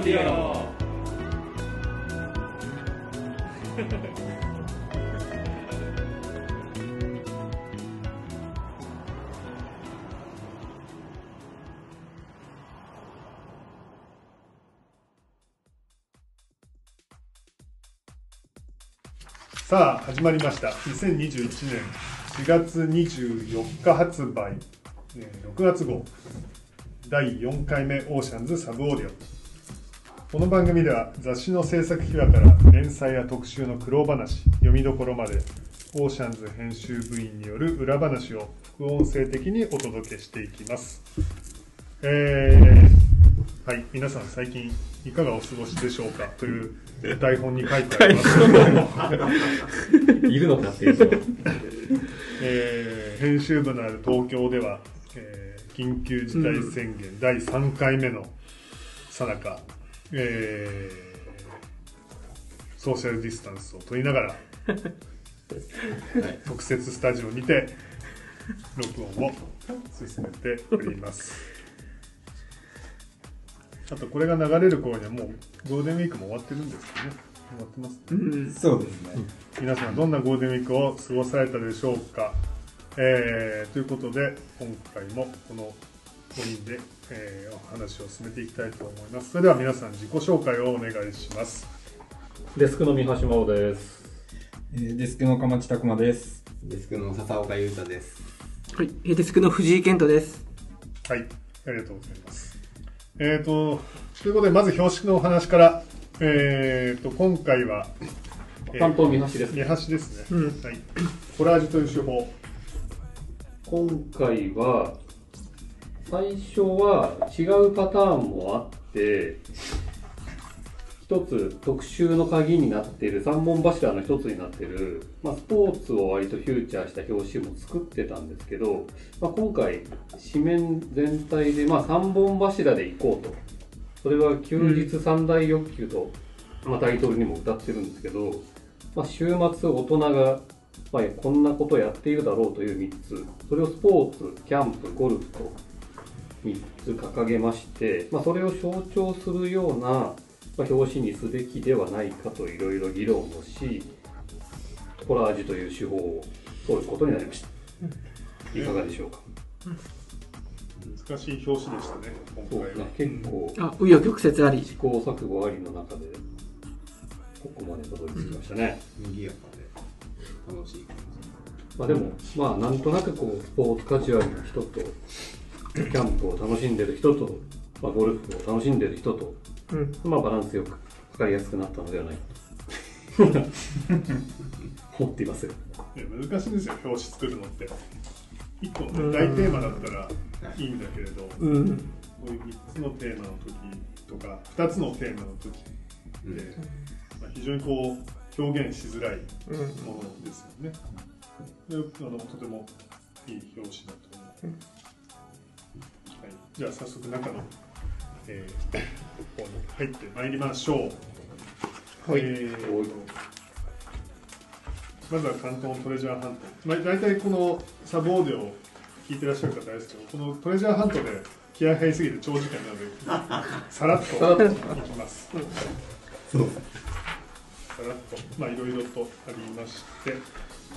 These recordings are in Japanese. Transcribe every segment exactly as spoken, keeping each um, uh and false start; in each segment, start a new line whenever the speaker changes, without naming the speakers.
ディオ。
さあ始まりました。にせんにじゅういちねんしがつにじゅうよっか発売、ろくがつ号だいよんかいめオーシャンズサブオーディオ。この番組では雑誌の制作秘話から連載や特集の苦労話、読みどころまでオーシャンズ編集部員による裏話を副音声的にお届けしていきます。えー、はい、皆さん最近いかがお過ごしでしょうかという台本に書いてあります
いるのかっていうと、
えー、編集部のある東京では、えー、緊急事態宣言だいさんかいめのさなか、えー、ソーシャルディスタンスを取りながら、はい、特設スタジオにて録音を進めております。あとこれが流れる頃にはもうゴールデンウィークも終わってるんですかね。終わってます、ね、
うん、そうですね。
皆さんどんなゴールデンウィークを過ごされたでしょうか。えー、ということで今回もこのごにんで、えー、お話を進めていきたいと思います。それでは皆さん自己紹介をお願いします。
デスクの三橋真央です。
えー、デスクの鎌地拓馬です。
デスクの笹岡優太です。
はい、デスクの藤井健人です。
はい、ありがとうございます。えーと、ということでまず表紙のお話から、えーと、今回は、
担当三橋です。
三橋ですね、
うん
はい。コラージュという手法。
今回は最初は違うパターンもあって、一つ特集の鍵になっているさんぼん柱の一つになっている、まあ、スポーツを割とフューチャーした表紙も作ってたんですけど、まあ、今回紙面全体でまあさんぼん柱でいこうと。それは休日三大欲求と、まあ、タイトルにも歌ってるんですけど、まあ、週末大人が、まあ、こんなことやっているだろうというみっつ、それをスポーツ、キャンプ、ゴルフとみっつ掲げまして、まあ、それを象徴するようなまあ、表紙にすべきではないかといろいろ議論をし、コラージュという手法を通ることになりました。いかがでしょうか。
難しい表紙でしたね、今回は。
ね、結構、
あ、紆余曲折あり。
試行錯誤ありの中で、ここまでたどり着きましたね。
賑やかで楽しい感じ。
まあでも、まあなんとなくこう、スポーツカジュアルな人と、キャンプを楽しんでる人と、まあ、ゴルフを楽しんでる人と、うん、まあバランスよく分かりやすくなったのではないかと思っていますよ。
いや難しいんですよ、表紙作るのって。いっこの大テーマだったらいいんだけれど、うん、こういうみっつのテーマの時とかふたつのテーマの時って、うん、まあ、非常にこう表現しづらいものですよね。で、あのとてもいい表紙だと思う、うん、はい、じゃあ早速中のえー、ここに入ってまいりましょう。はい、えー、まずは関東トレジャーハント、まあ、大体このサブオーディオを聞いてらっしゃる方ですけど、このトレジャーハントで気合入りすぎて長時間なのでさらっといきます。そう、さらっと、まあいろいろとありまして、えー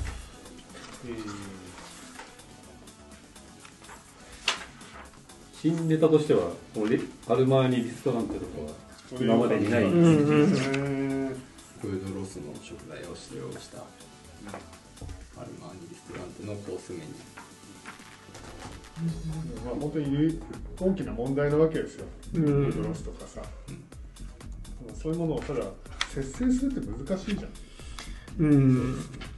新ネタとしては、アルマーニ・リストランテとかは今までにないですね。フー
ドロスの食材を使用したアルマーニ・リストランテのコースメニ
ュー。まあ本当に大きな問題なわけですよ。フードロスとかさ、うん、そういうものをただ節制するって難しいじゃん。うん。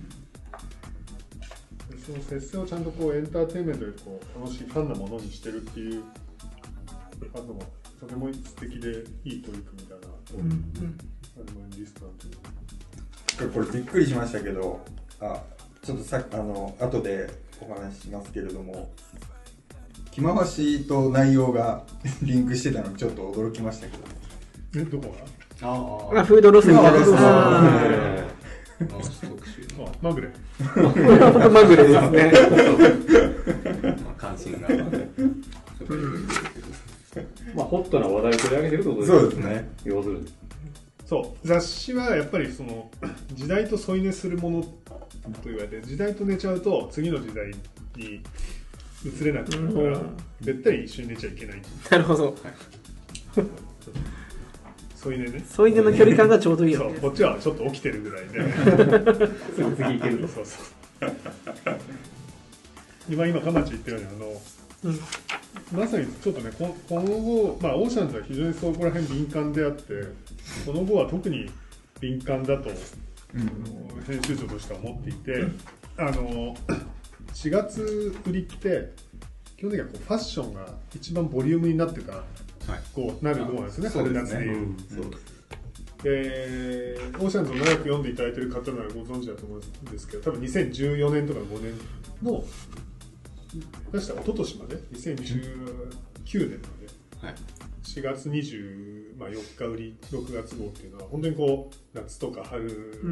その節制をちゃんとこうエンターテインメントでこう楽しいファンなものにしてるっていうあともとても素敵でいい取り組みだなと、うんうん、アルマーニ・リストランテ。
これびっくりしましたけど、あ、ちょっとさあの後でお話ししますけれども、着回しと内容がリンクしてたのにちょっと驚きましたけど。
え、どこが？
ああ、フードロスみたいなですね。
まぐれ
まぐれですね。
関心が
まあ、ホットな話題を取り上げてるってことです
そうですね。
要するに。
そう雑誌はやっぱりその時代と添い寝するものと言われて、時代と寝ちゃうと次の時代に移れなくなるから、べったり一緒に寝ちゃいけない。
なるほど。
添い寝ね。
添い寝の距離感がちょうどいいよね。
そうこっちはちょっと起きてるぐらいで。
すぐ次行けると。
そうそう今今かまち言ったようにあの、
うん
まさにちょっとねこ今後、まあ、オーシャンズは非常にそこら辺敏感であって、この後は特に敏感だと、うん、編集長としては思っていて、あのしがつ売りって基本的にはこうファッションが一番ボリュームになってた、はい、こうなる号なんですよね、春夏でいう。でオーシャンズを長く読んでいただいている方ならご存知だと思うんですけど、多分にせんじゅうよねんとかごねんの出した一昨年までにせんじゅうきゅうねんまで、はい、しがつにじゅうよっか売りろくがつ号っていうのは本当にこう夏とか春、うん、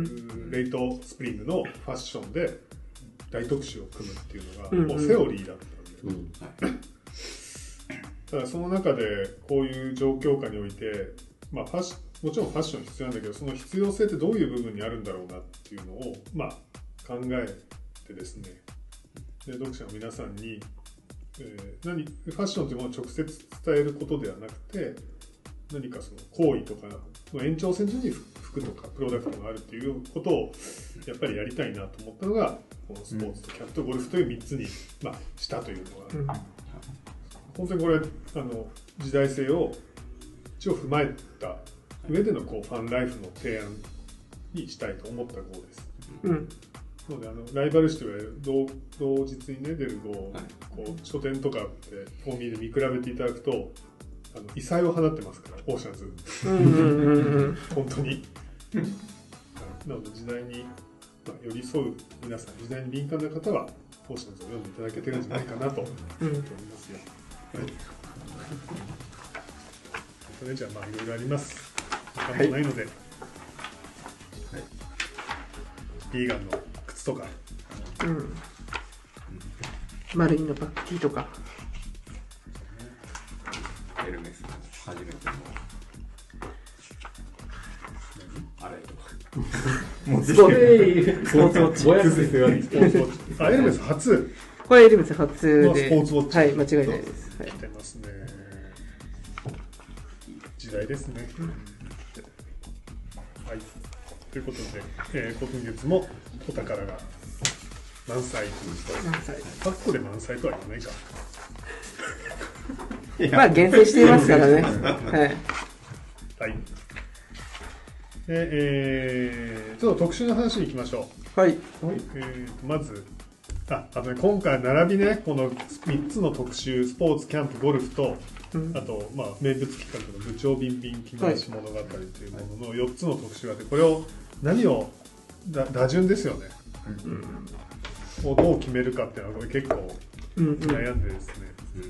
レイトスプリングのファッションで大特集を組むっていうのがもうセオリーだったんで、うんうん、ただその中でこういう状況下において、まあ、ファッシもちろんファッション必要なんだけど、その必要性ってどういう部分にあるんだろうなっていうのを、まあ、考えてですね、で読者の皆さんに、えー、何ファッションというものを直接伝えることではなくて、何かその行為とかの延長線上に服とかプロダクトがあるっていうことをやっぱりやりたいなと思ったのが、このスポーツとキャンプとゴルフというみっつに、まあ、したというのが、うん、本当にこれあの時代性を一応踏まえた上でのこうファンライフの提案にしたいと思った号です。うん、なのであのライバル誌といわれる 同, 同日に、ね、出る号を、はい、こう書店とかってコンビニで見比べていただくと、あの異彩を放ってますから、オーシャンズ。本当に。なので時代に、まあ、寄り添う皆さん、時代に敏感な方はオーシャンズを読んでいただけてるんじゃないかなと思っておりますよ。うんはいそれじゃあまあいろいろあります。時間もないので、はい、ビーガンの靴とか、
うん、マルイのパッキーとか、
エルメスの初めてのあれとか、もう
スポーツウォッチ、ごやつですよね。スポーツウォッチ。
あ、エルメス初。
これエルメス初で、
スポーツウォッチ。
はい、間違いないです。
来てますね。時代ですね、うん、はい、ということで、えー、今月もお宝が満載満載パッコで満載とは言わないか
まあ厳選していますからねはい、
はい、で、えー、ちょっと特集の話に行きましょう。
はい、はい
えー、まずああとね、今回並びね、このみっつの特集、スポーツ、キャンプ、ゴルフと、うん、あと、まあ、名物企画の部長ビンビン着回し物語というもののよっつの特集があって、これを何をだ打順ですよね、うん、をどう決めるかっていうのはこれ結構悩んでですね、うん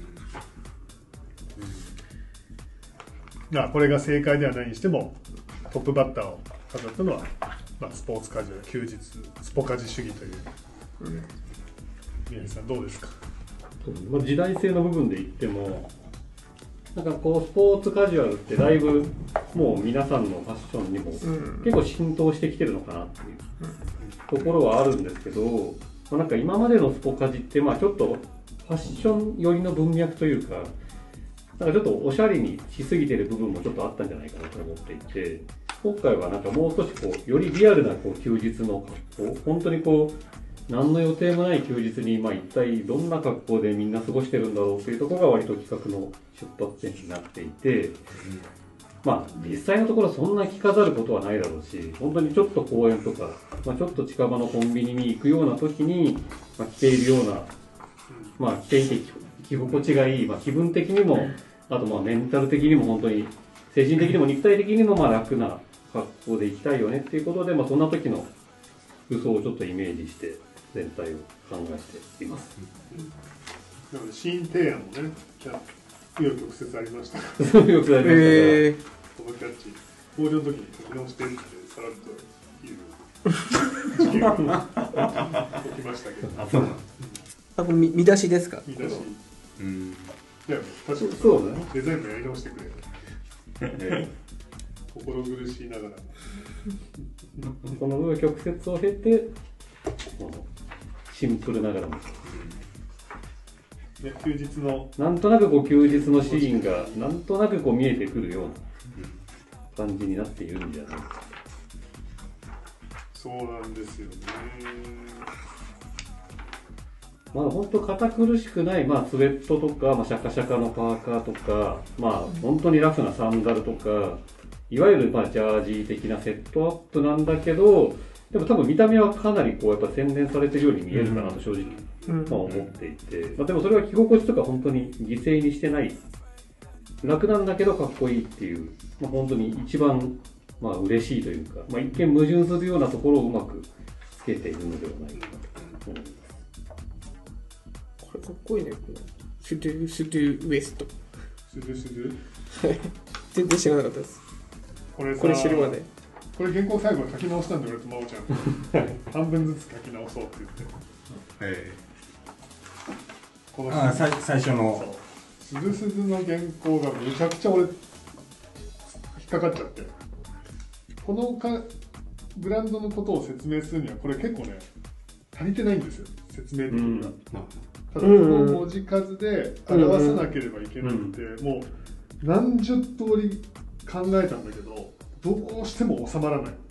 うん、あこれが正解ではないにしてもトップバッターを飾ったのは、まあ、スポーツカジュアル休日スポカジ主義という、うん、宮城さんどうですか。
まあ、時代性の部分で言ってもなんかこうスポーツカジュアルってだいぶもう皆さんのファッションにも結構浸透してきてるのかなっていうところはあるんですけど、まあ、なんか今までのスポカジってまあちょっとファッション寄りの文脈というかなんかちょっとおしゃれにしすぎてる部分もちょっとあったんじゃないかなと思っていて、今回はなんかもう少しこうよりリアルなこう休日の格好、本当にこう何の予定もない休日に、まあ、一体どんな格好でみんな過ごしてるんだろうというところが割と企画の出発点になっていて、うん、まあ実際のところそんな着飾ることはないだろうし、本当にちょっと公園とか、まあ、ちょっと近場のコンビニに行くような時に、まあ、着ているような、まあ、着ていて着心地がいい、まあ、気分的にも、あとまあメンタル的にも本当に精神的にも肉体的にもまあ楽な格好で行きたいよねっていうことで、まあ、そんな時の服装をちょっとイメージして全体を考えています。
なので新提案もね、紆余曲折ありましたが、
紆余曲折ありましたが、えー、
このキャッチ、法事の時に書き直してってさらっと言う事件が起きましたけど。
あ、これ見出しですか？
見出し。うん。いや確かに
そうだね。
デザインもやり直してくれる。
え
心苦しいながらも。
その紆余曲折を経て、このシンプルながらも、
ね、休日の
なんとなくこう休日のシーンがなんとなくこう見えてくるような感じになっているんじゃないか。
そうなんですよね。
まあ本当堅苦しくない、まあ、スウェットとか、まあ、シャカシャカのパーカーとか、まあ本当にラフなサンダルとか、いわゆるまあジャージー的なセットアップなんだけど、でも多分見た目はかなりこうやっぱ洗練されてるように見えるかなと正直、
うん
まあ、思っていて、まあ、でもそれは着心地とか本当に犠牲にしてない、楽なんだけどかっこいいっていう、まあ、本当に一番まあ嬉しいというか、まあ、一見矛盾するようなところをうまくつけているのではないかなと思います。
これかっこいいね。このスドゥスドゥウエスト。
するする。
全然知らなかったです。
これさ、
これ知るまで。
これ原稿最後書き直したんで俺と真央ちゃん半分ずつ書き直そうって言って
え
この
ああ最最初の
そうすずすずの原稿がめちゃくちゃ俺引っかかっちゃってこのかブランドのことを説明するにはこれ結構ね足りてないんですよ説明的には、ただこの文字数で表さなければいけなくて、もう何十通り考えたんだけどどうしても収まらない、はい、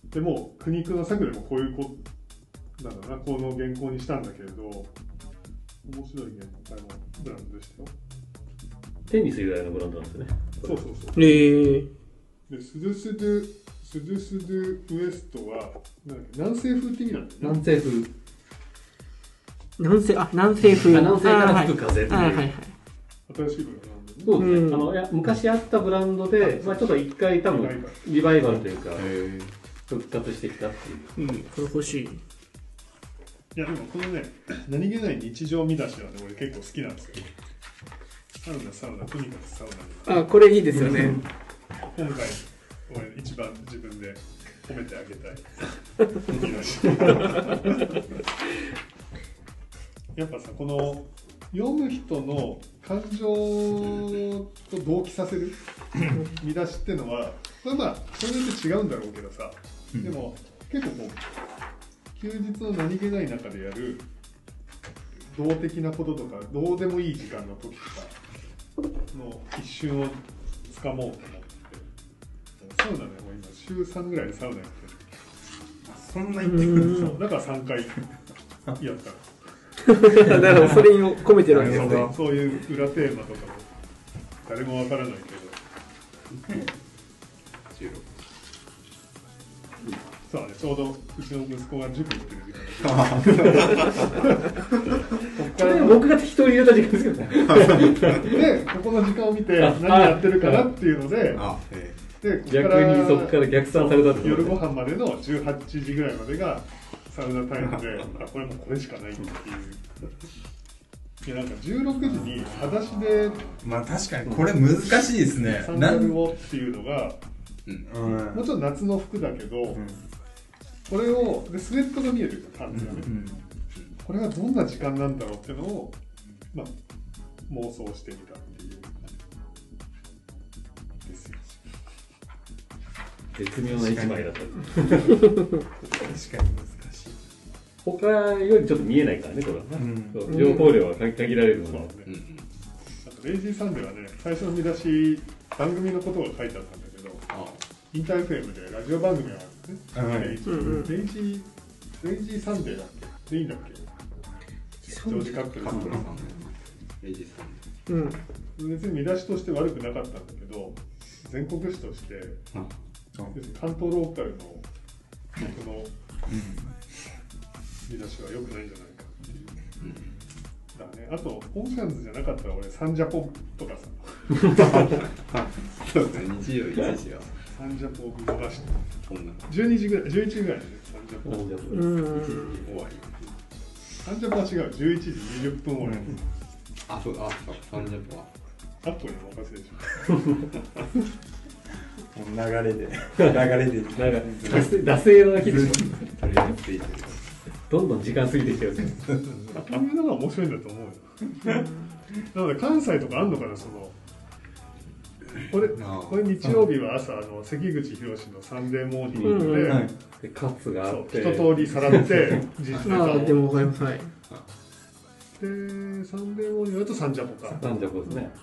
でも苦肉の策でもこういうこなんだろうなこの原稿にしたんだけれど面白い原稿のブランドでしたよ。
テニス由来のブランドなんですよね。
そうそうそう。
えー、
でスドゥスドゥスドゥスドゥウエストはなんだっけ南西風って意味なんだよね。
南西風。
南西あ南西風。
あ南西から吹く風っていう。
はいはいはい。
新しいブランドなんだよね。
そうですね、
うん、
あのいや昔あったブランドで、まあ、ちょっと一回多分リバイバルというか復活してきたっていう。
うん、これ欲しい。
いやでもこのね何気ない日常見出しはね俺結構好きなんですよ。サウナサウナとにかくサウナ。
あこれいいですよね。
今回俺一番自分で褒めてあげたい見出し。やっぱさこの読む人の感情と同期させる見出しっていうのはまあまあそれによって違うんだろうけどさ、でも結構こう休日の何気ない中でやる動的なこととかどうでもいい時間の時とかの一瞬をつかもうと思ってサウナねもう今週さんぐらいでサウナやってる。
そんな言ってくる
そうだからさんかいやった
だからそれを込めてるわけですね。
そういう裏テーマとかも誰もわからないけど
じゅうろく
そうねちょうどうちの息子が塾行ってる時間
これ僕が適当に入れた時間ですけどね。
でここの時間を見て何やってるかなっていうので
あ、え
でここ
逆にそこから逆算されたってことね。
夜ご飯までのじゅうはちじぐらいまでがサウナタイムであこれもうこれしかないっていういやなんかじゅうろくじに裸足で
まあ確かにこれ難しいですね。
サンダルをっていうのが
うん
もちろん夏の服だけど、
うん
これをでスウェットが見えてるパンツがね、
うん
これがどんな時間なんだろうっていうのを、まあ、妄想してみたっていうですよ。
絶妙な一枚だった。
確かに難しい。
他よりちょっと見えないからね、これは、
うん
そう情報量は限られるので、
そうね
うん
あとレイジーサンデーはね最初の見出し番組のことが書いてあったんだけど
あ
インター エフエム でラジオ番組があるんですね、
はい
レイジー、
うんうん
レイジーレイジーサンデーだっけでいいんだっけジョージカップル
カップルさんレイジさん
うん。
別に見出しとして悪くなかったんだけど全国紙として
あ
要するに関東ローカルの僕の見出しは良くないんじゃないかっていう、
うんうん
だね、あとオーシャンズじゃなかったら俺サンジャポとかさ
そうですね日曜いちじは
サンジャポを見逃して
こんな
じゅうにじぐらいじゅういちじぐらいでねサンジャポ
うん。
終わり
サンジャポは違うじゅういちじにじゅっぷん終わり、
あそうあそうサンジャポは
あっこにお任せでしょ
流れで流れで
なんか惰性惰性の日でしょ。
とりあえずついてる
どんどん時間過ぎてきてるんですよ。
こういうのが面白いんだと思うよなので関西とかあんのかな、そのこれこれ日曜日は朝、あの関口宏のサンデーモーニングで、
はい
でカツがあって
一通りさらって実ネタを
ああ、でもわかります。はい。
でサンデーモーニングだとサンジャポか。
三着ですね。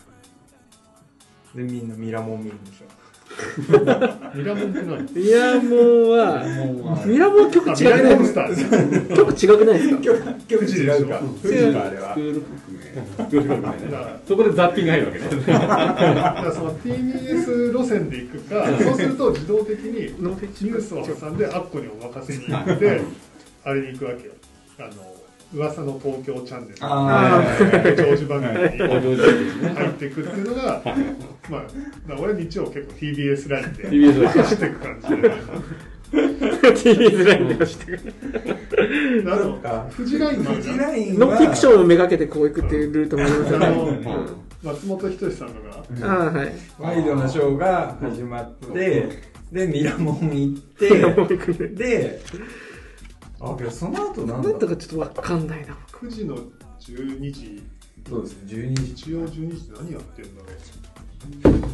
でみんなミラモン見るんでしょ。
ミラモンって何？
ミラモンは、ミラモン曲違く
あミラ
ない
モンスターズ。
曲違くないですか？
曲違うか。
富士
かあれは。
スクール革命ね。そこでザッピング入るわけね。
だからその ティービーエス 路線で行くか、そうすると自動的にニュースを挟んでアッコにお任せに行ってあれに行くわけよ。あの噂の東京チャンネル、
あー
長寿番組に
お上手ですね。
入っていくっていうのが、まあ、だから俺日曜結構 ティービーエス ラインで
ティービーエス ライン
走っていく感じで、
ティービーエス ラインで走ってくる。
あの富士ラインもあるじゃん。
フジライン
ノンフィクショ
は
ンをめがけてこう行くっていうルートもありますよね。
あの松本人志さんのが
ああ、はい。
ワイドなショーが始まってでミラモン行っ
ミラモン
て
行くね。
であけどその後なんだ
なんとかちょっとわかんないな。
くじのじゅうにじ、
そうですねじゅうにじ
日曜じゅうにじって何やってんだろう。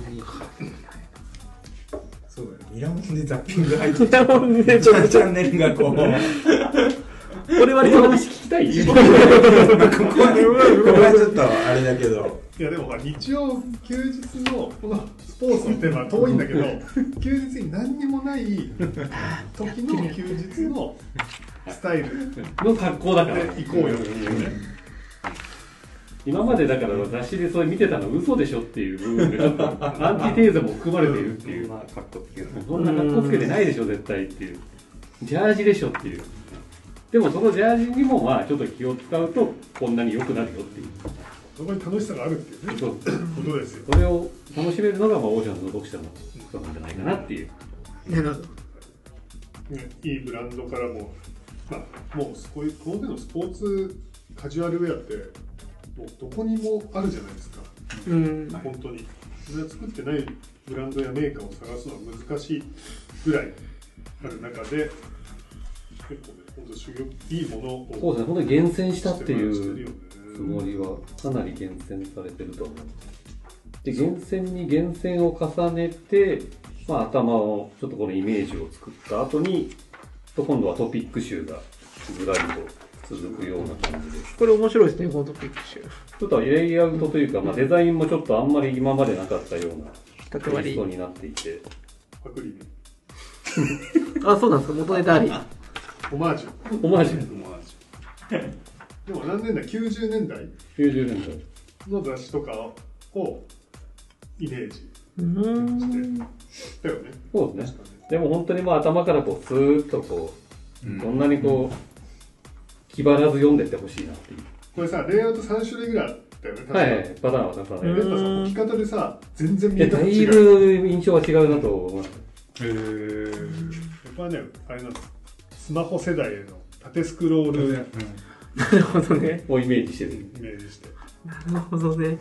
そうだねミラモンでザッピング入って
ミラモンね、ちょっと
チャンネルがこう
俺割と
話聞きたい。
まあここはねここはちょっとあれだけど
いやでもほら日曜休日のこのスポーツのテーマは遠いんだけど休日に何にもない時の休日のスタイル
の格好だから
で行こうよっていうね。
今までだから雑誌でそれ見てたの嘘でしょっていう部分でちょっとアンチテーゼも含まれているっていう、
まあ、かっこつける。
そんな格好つけてないでしょ絶対っていう、ジャージでしょっていう。でもそのジャージにもまあちょっと気を使うとこんなに良くなるよっていう、
そこに楽しさがあるっていうね
そう
ことですよ。
それを楽しめるのがまあオーシャンズの読者の人なんじゃないかなっていう。
なるほど。
ね、いいブランドからも、まあ、もうこういうこの手のスポーツカジュアルウェアってもうどこにもあるじゃないですか。
うん。
本当にそれは作ってないブランドやメーカーを探すのは難しいぐらいある中で結構ね、本当修行いいものを
そうですね、本当に厳選したっていう
してるよね
つもりはかなり厳選されてると思う。で厳選に厳選を重ねて、まあ、頭をちょっとこのイメージを作った後に今度はトピック集がずらりと続くような感じで、
これ面白いですね、このトピック集。
ちょっとレイアウトというか、まあ、デザインもちょっとあんまり今までなかったような
縦割り
テイストになっていて、
パクリ
あ、そうなんですか、元ネタあり。
オマージュ
オマージュ
でも何年代きゅうじゅうねんだい
きゅうじゅうねんだい
の雑誌とかをイメージ
うーん。
したよね。
そうですね。
確かに
でも本当にまあ頭からこうスーッとこう、
うん
そんなにこう気張らず読んでってほしいなっていう。
これさ、レイアウトさん種類ぐらいあったよね、確かに。
はい、パターンは重ね
やっぱさ、置き方でさ、全然見
いや、だい
え方違う。
ぶ印象は違うなと思います。
へー。やっぱね、あれなんです。スマホ世代への縦スクロール
なるほどね。
をイメージしてる。
イメージして、
なるほどね。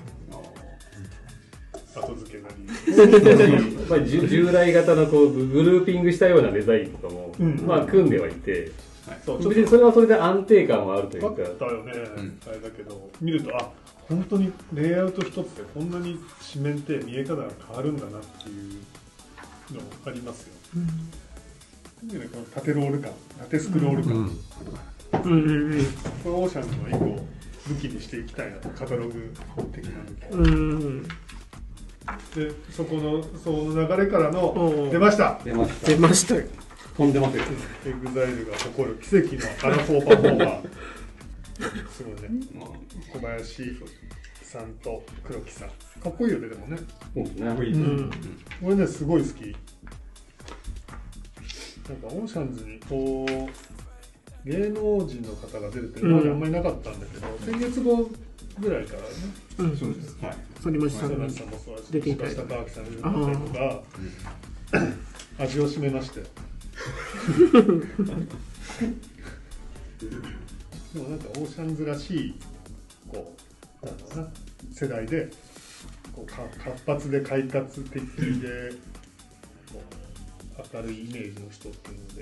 後付けなり。
やっぱり従従来型のこうグルーピングしたようなデザインとかも、
うん
まあ組んではいて、
そう、ちょっ
別にそれはそれで安定感はあるとい
とあ
うか、
ったよね、
ん
あれだけど、見ると、あ、本当にレイアウト一つでこんなに紙面って見え方が変わるんだなっていうのありますよ。でね、この縦ロール感、縦スクロール感、
うんうんうん。
これオーシャンズの一個武器にしていきたいなと、カタログ的な武
うんうん。
器。で、そこの、その流れからの
お、ー
出ました
出ました。
出ましたよ。
飛んでますよ。
エグザイルが誇る奇跡のアラフォーパフォーマー。すごいね。小林さんと黒木さん。かっこいいよね、でもね。
そうですね。
うん。
これね、すごい好き。なんかオーシャンズにこう芸能人の方が出るって今まであんまりなかったんだけど、先月後ぐらいからね、
うん。
そうですはい
反町さんが
佐々木さんもそうだし、
出ていたり
柴下隆さんだったりとか、味を占めまして。でもなんかオーシャンズらしいこうなんだろうな世代でこうか活発で快活的でこう明るいイメージの人っていうので、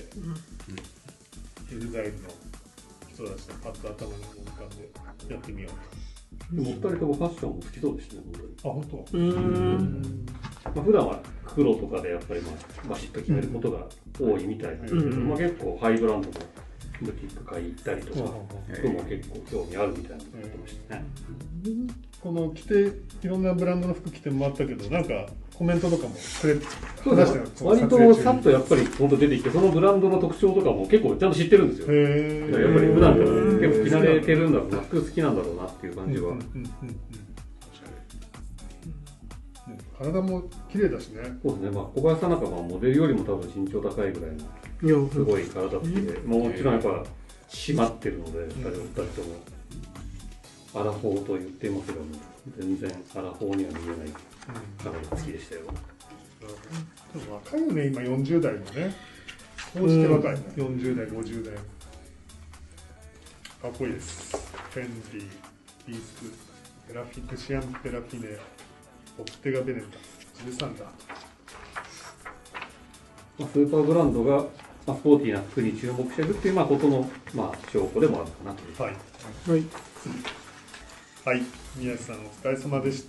エグザイルの人たちのパッと頭に浮かんでやってみよう
でもお二人ともファッションも好きそうですね、本当に。
あ、本当。
うーん。
まあ、普段は黒とかでやっぱりまあバシッと決めることが多いみたいなんですけど、
うん
まあ、結構ハイブランドのブティック買い行ったりとか、
うん
服も結構興味あるみたいなこと言ってましたね。
この着ていろんなブランドの服着て回ったけど、なんかコメントとかもくれ
そう
話してる
ですね、割とさっとやっぱり本当出てきて、そのブランドの特徴とかも結構ちゃんと知ってるんですよ。
へー
やっぱり普段から結構着慣れてるんだろうな、服好きなんだろうなっていう感じは。
うんうんうんうん体も綺麗だしね。
そうですね、まあ、小林さんなんかはモデルよりも多分身長高いぐらいの
いや、
すごい体つきで、もちろんやっぱ締まってるので、ふたりともアラフォーと言ってますけども、全然アラフォーには見えない体つきでしたよ。
でも若いよね、今よんじゅう代もね。こうして若い、ね、よんじゅう代、ごじゅう代。かっこいいです。フェンディ、ビースク、ペラフィクシアンペラフィネ、オプテガベネタ、じゅうさんだ。
まあ、スーパーブランドが、まあ、スポーティーな服に注目してるっていう、まあ、ことの、まあ、証拠でもあるかなという。
はい。
はい。
はい。宮地さん、お疲れ様でした。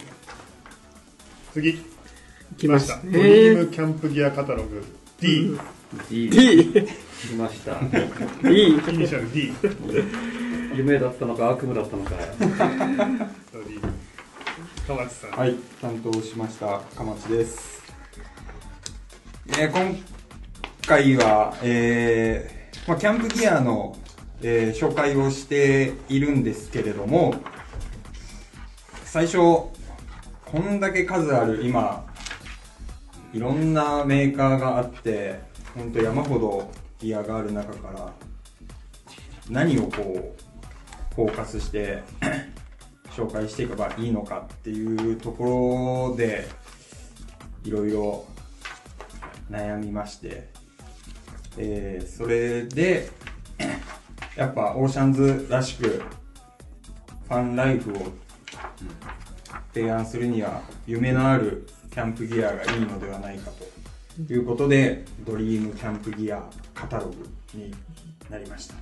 次。
来ました
ドリームキャンプギアカタログ D。
D。
D。
来ました。
D。
イニシャル D。
夢だったのか悪夢だったのか。
D。かまちさん。
はい、担当しましたかまちです。えー、今回は、えーまあ、キャンプギアの、えー、紹介をしているんですけれども、最初こんだけ数ある今いろんなメーカーがあって本当山ほどギアがある中から何をこうフォーカスして紹介していけばいいのかっていうところでいろいろ悩みまして、えー、それでやっぱオーシャンズらしくファンライフを提案するには夢のあるキャンプギアがいいのではないかということでドリームキャンプギアカタログになりました。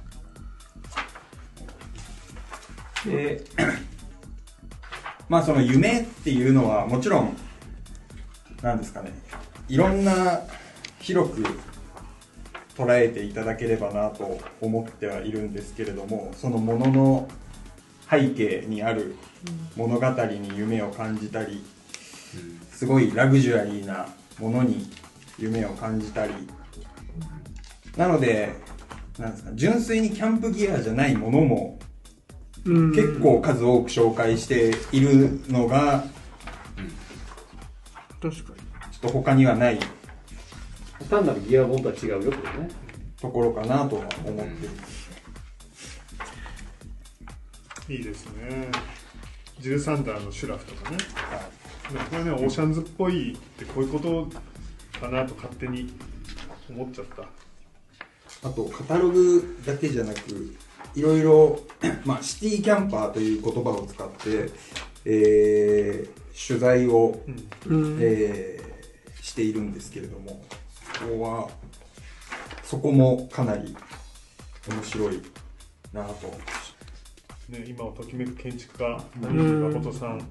でまあその夢っていうのはもちろんなんですかね、いろんな広く捉えていただければなと思ってはいるんですけれども、そのものの背景にある物語に夢を感じたり、すごいラグジュアリーなものに夢を感じたり、なのでなんですか、純粋にキャンプギアじゃないものも結構数多く紹介しているのが
確かに
ちょっと他にはない
単なるギアボンとは違うよってことね。
ところかなとは思ってる。
いいですね。ジルサンダーのシュラフとかね。でもこれね、オーシャンズっぽいってこういうことかなと勝手に思っちゃった。
あとカタログだけじゃなくいろいろ、まあ、シティキャンパーという言葉を使って、えー、取材を、
うん
えー、しているんですけれども、ここはそこもかなり面白いなと、
ね、今をときめく建築家谷口誠さん、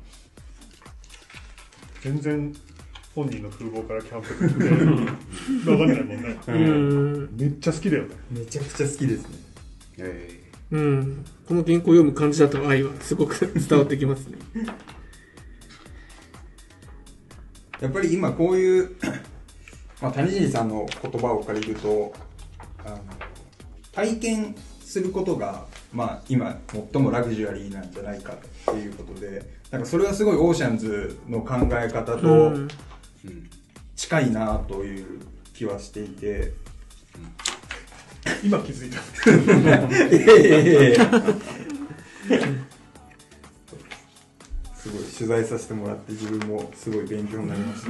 全然本人の風貌からキャンプって分かんないもんね。
うん
めっちゃ好きだよね。
めちゃくちゃ好きですね。
え
うんこの原稿を読む感じだと愛はすごく伝わってきますね。
やっぱり今こういう、まあ、谷尻さんの言葉を借りるとあの体験することが、まあ、今最もラグジュアリーなんじゃないかっていうことで、なんかそれはすごいオーシャンズの考え方と近いなという気はしていて、
今気づいた。
いやいやいやいやすごい取材させてもらって自分もすごい勉強になりました。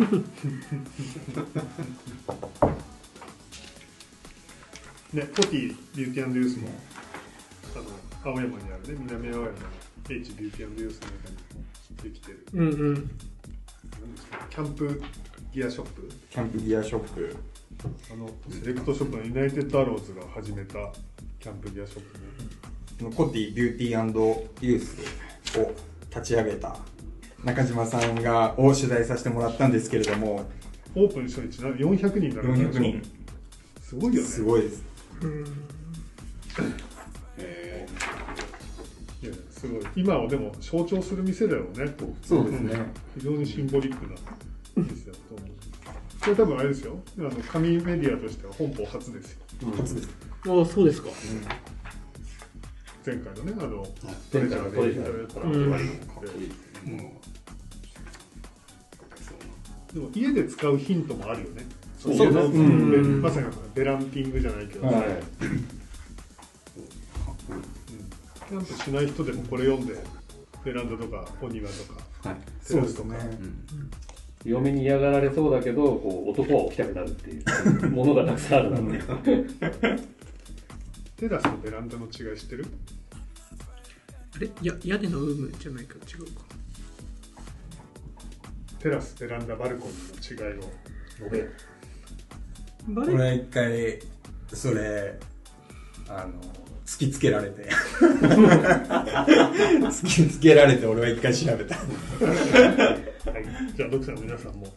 ね、ポティビューティー&ユースもあの青山にあるね、南青山の H ビューティー&ユースの中にできてる、
うんうん
なんですか、キャンプギアショップ、
キャンプギアショップ、
あのセレクトショップのユナイテッドアローズが始めたキャンプギアショップね。
コティビューティー&ユース立ち上げた中島さんがを取材させてもらったんですけれども、
オープン初日なよんひゃくにんになるんでしょ。
よんひゃくにん
すごいよね。
すごいです。
え
いやすごい。今をでも象徴する店だよね。
そうですね、
ん非常にシンボリックな店だと思う。これ多分あれですよ。あの紙メディアとしては本邦初ですよ。
初です。
ああ、そうですか。
前回のね、あの、
前
トレ
回の
ジャーでやっ
トレジャー
たら、
うん
うん
ー、かっこいいもう
でも家で使うヒントもあるよね。
そう
家の
うん
ベまさにベランピングじゃないけど、
はい
キャンプしない人でもこれ読んでベランダとかお庭とか
はい、
テラスとか、
嫁に嫌がられそうだけどこう男は起きたくなるっていうものがたくさんあるなって
テラスとベランダの違い知ってる？
あれや屋根の有無じゃないか違うか。
テラスベランダバルコニーの違いを述べよ。
バレ
俺一回それあの突きつけられて突きつけられて俺は一回調べた。
はい、じゃあ読者の皆さんも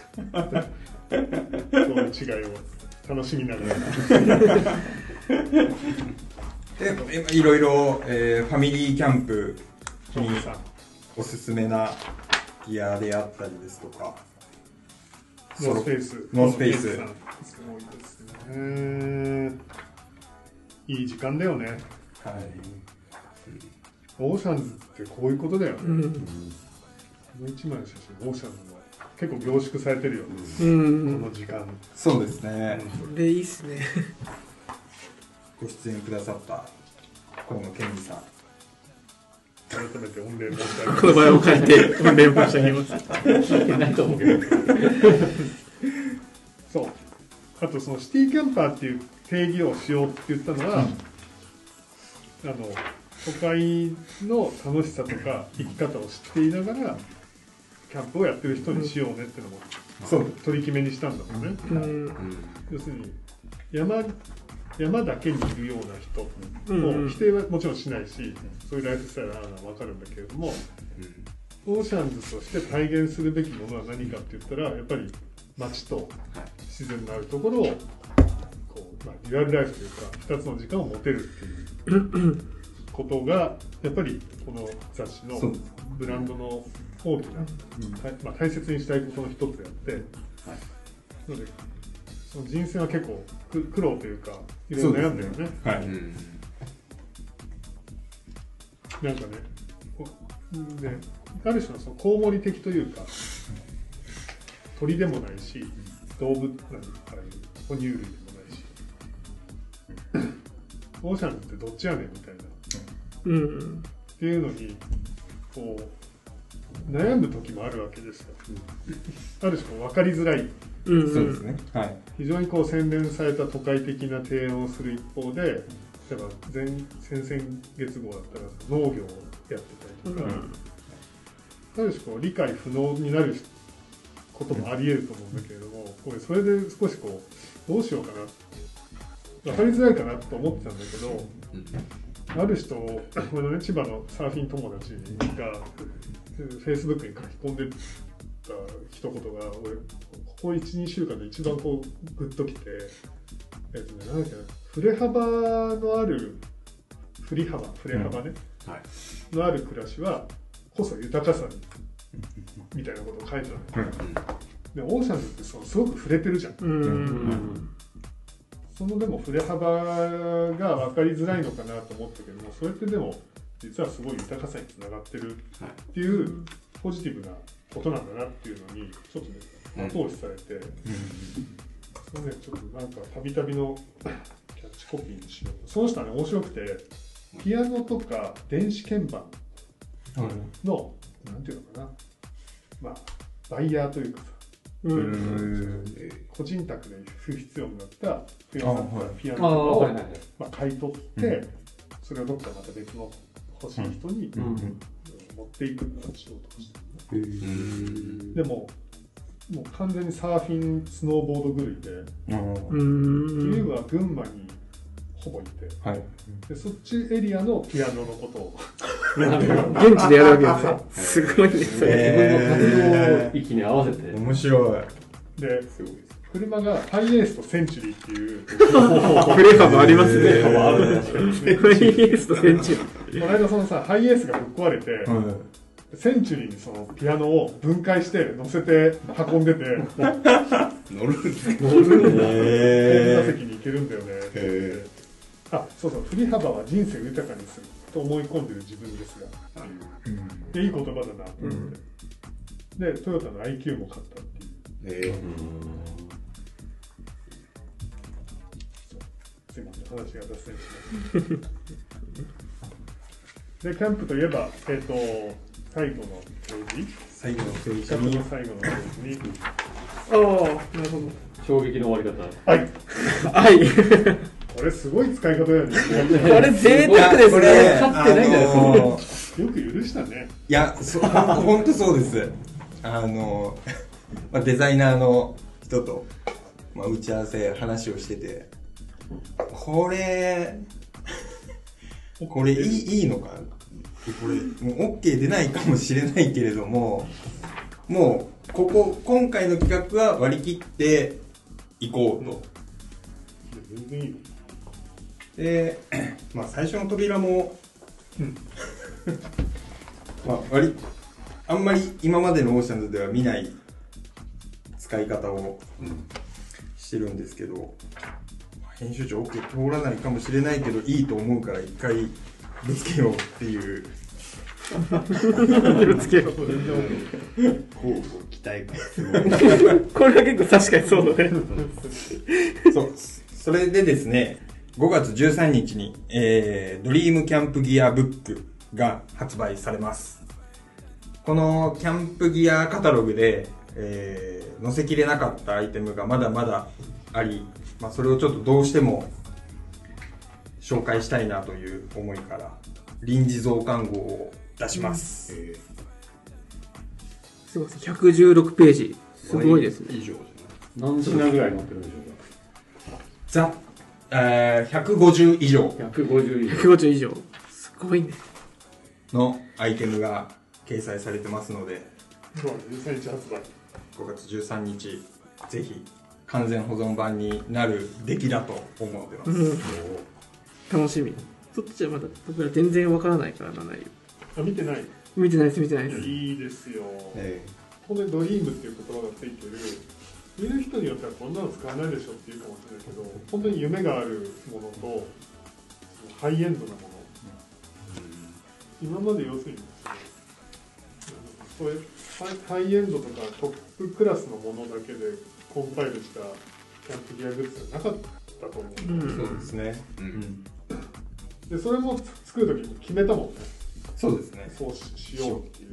その違いを楽しみながら
でいろいろ、えーファミリーキャンプに
さん
おすすめなギアであったりですとか、
ノースペース
ノースペース
さんすごいですね。いい時間だよね。
はい、
オーシャンズってこういうことだよね。
うん。
この一枚の写真、オーシャンズの結構凝縮されてるよね。
うん
この時間。
そうですね、
これいいっすね。
ご出演くださった河野健二さん、
改めて御礼申し上げます。
この場合を変えて御礼申し上げます。
聞いてないと思うけど
そう。あとそのシティキャンパーっていう定義をしようって言ったのは、あの都会の楽しさとか生き方を知っていながらキャンプをやってる人にしようねっていうのも
そう
取り決めにしたんだもんね。
うん。
要するに山山だけにいるような人
うん
を否定はもちろんしないし、そういうライフスタイルあるのは分かるんだけれども、オーシャンズとして体現するべきものは何かって言ったらやっぱり街と自然のあるところをこう、まあ、リアルライフというかふたつの時間を持てるっていうことがやっぱりこの雑誌の
そう
ブランドの大きな、たまあ、大切にしたいことの一つであって、なのでその人生は結構く苦労というかいろいろ悩んだよね。
はい、
うん
なんかね、こうねある種のそのコウモリ的というか鳥でもないし動物なんか哺乳類でもないしオーシャンってどっちやねんみたいな
うん。
っていうのにこう悩む時もあるわけですよ。ある種分かりづらい
うん。
そうですね、はい、
非常にこう洗練された都会的な提案をする一方で、例えば前先々月号だったら農業をやってたりとか、ある種こう理解不能になることもあり得ると思うんだけれども、これそれで少しこうどうしようかな、分かりづらいかなと思ってたんだけど、ある人、このね、千葉のサーフィン友達がフェイスブックに書き込んでた一言が俺ここいち、にしゅうかんで一番こうグッときて、えっとね、なんだっけな、振れ幅のある振り幅振れ幅ね、
うんはい
のある暮らしはこそ豊かさにみたいなことを書いてたの、でオーシャンズってそうすごく触れてるじゃん、
うん。うん。
そのでも振れ幅が分かりづらいのかなと思ったけども、それってでも実はすごい豊かさにつながってるっていうポジティブなことなんだなっていうのにちょっとね後押しされて、それねちょっとなんかたびたびのキャッチコピーにしよう。その人はね面白くて、ピアノとか電子鍵盤の、なんていうのかな、まあバイヤーというかさ、
うん。
個人宅で不必要になったピア
あ
ノ
はい
ピア
あ
ノとかを
あはいはいはい
まあ買い取って、それをどっかまた別の欲しい人に
うん
持っていくっていう仕事をして
う
る、
ん
でももう完全にサーフィンスノーボード狂いで、
うん。
冬は群馬にほぼいて、
はい、
でそっちエリアのピアノのことを
現地でやるわけですよ。すごいですよね。
自分の活動域に合わせて。
面白い。
で、車がハイエースとセンチュリーっていう
振れ幅ありますね。
幅あるね、確かに。
ハイエースとセンチュリー。
この間そのさ、ハイエースがぶっ壊れて、
うん、
センチュリーにそのピアノを分解して乗せて運んでて
乗るんですか？
乗るんだ。
後部座席に行けるんだよねって言って
へ
あ、そうそう、振り幅は人生を豊かにすると思い込んでる自分ですが、
うん
でいい言葉だなと思って、うん、でトヨタの アイキュー も買ったっていう。
え
すいません、話が脱線しましたで、キャンプといえば、えっ、ー、と最後のページ
最後のページ
企画
に
の最後のページに
ああ、なるほど。
衝撃の終わり方。
はい
はい。
これすごい使い方だよね
これ贅沢ですね。
これ
勝ってないんじゃないですか。
あの
よく許したね。
いや、そ本当そうです。あの、まあ、デザイナーの人と、まあ、打ち合わせ話をしてて、これこれいいいいのか、これもう OK 出ないかもしれないけれども、もうここ今回の企画は割り切っていこうと。
全然いいの。
で、まあ最初の扉も、
うん、
まあ割あんまり今までのオーシャンズでは見ない使い方をしてるんですけど、編集長 OK 通らないかもしれないけどいいと思うから一回ぶつけようっていう
ぶつけよう。
こう期待感すごい。
これは結構確かにそうだね。
そう、それでですね、ごがつじゅうさんにちに、えー、ドリームキャンプギアブックが発売されます。このキャンプギアカタログで、えー、載せきれなかったアイテムがまだまだあり、まあ、それをちょっとどうしても紹介したいなという思いから臨時増刊号を出します。
え
すごいですね。ひゃくじゅうろくページ。すごいですね。
以上じゃない。
何品ぐらい載ってるんでしょうか。
ザ、えー、ひゃくごじゅう以上
ひゃくごじゅう以上。
ひゃくごじゅう以上。すごいね。
のアイテムが掲載されてますので、
そうじゅうさんにち発売。
ごがつじゅうさんにちぜひ完全保存版になる出来だと思ってます、
うん、楽しみ。そっちはまだ僕ら全然わからないからなないよ。
あ、見てない。
見てないです見てないです。
いいですよ。
え
ここでドリームっていう言葉がついてる。見る人によってはこんなの使わないでしょっていうかもしれないけど、本当に夢があるものとハイエンドなもの。今まで要するにそういうハイエンドとかトップクラスのものだけでコンパイルしたキャンプギアグッズはなかったと思う、
うん
ー、そうですね、
うん、
でそれも作るときに決めたもんね。
そうですね、
そう し, しようっていう。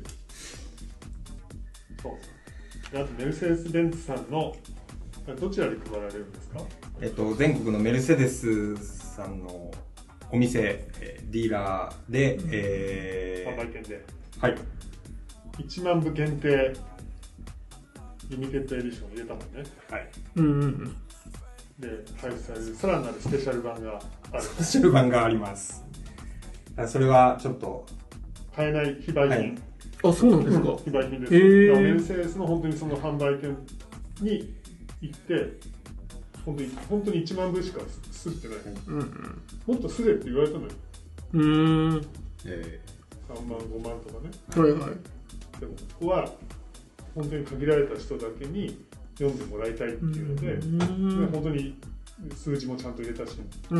そうであとメルセデス・ベンツさんのどちらで配られるんですか？
えっと、全国のメルセデスさんのお店、ディーラーで、うん、えー、
販売店で、
はい、
いちまんぶ限定リミテッドエディションを入れたもんね。はい。
うんうんうん。
で配布されるさらなるスペシャル版がある。
スペシャル版があります。それはちょっと
買えない非売品。はい、
あ、そうなんですか。
非売品です。
へー。
メルセデスの本当にその販売店に行って本当に本当にいちまんぶしかすってない。
うんうん。
もっとすれって言われたのよ。
うーん。
え
ー、さんまんごまんとかね。
はいはい。
でもここは本当に限られた人だけに読んでもらいたいっていうので、うんで本当に数字もちゃんと入れたし、
うんうん、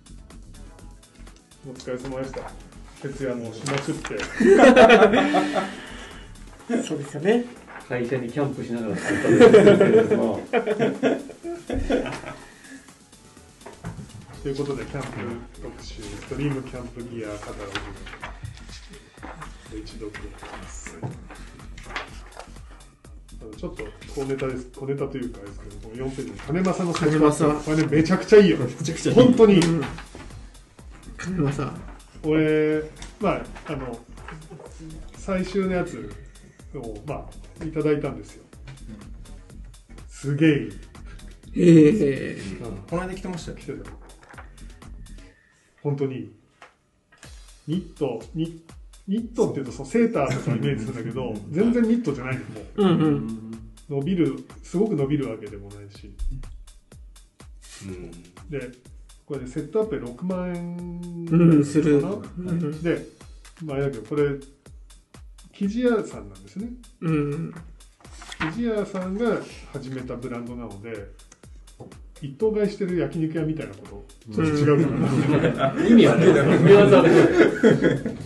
お疲れ様でした。徹夜もしまくって
そうですよね。
会社にキャンプしながら作ったんですけど
ということでキャンプ特集ドリームキャンプギアカタログ一読できます。ちょっと小ネタです。小ネタというかですけど、このよんページの金正の金正これねめちゃくちゃいいよ。めちゃくちゃいい。本当に。うん、
金正。俺
まああの最終のやつをまあいただいたんですよ。すげえいい。
ええー。
この間来てましたよ。
来てた。本当にいい。 ニットニニットっていうとそのセーターとかイメージするんだけど全然ニットじゃないの。もう
うんうん
伸びるすごく伸びるわけでもないし、
うん、
でこれでセットアップでろくまんえん
うんする
かな、
うん
でまあだけどこれ生地屋さんなんですね。
うん
生地屋さんが始めたブランドなので一頭買いしてる焼肉屋みたいなことちょっと違うかな、
意味はね、組み合わせはね。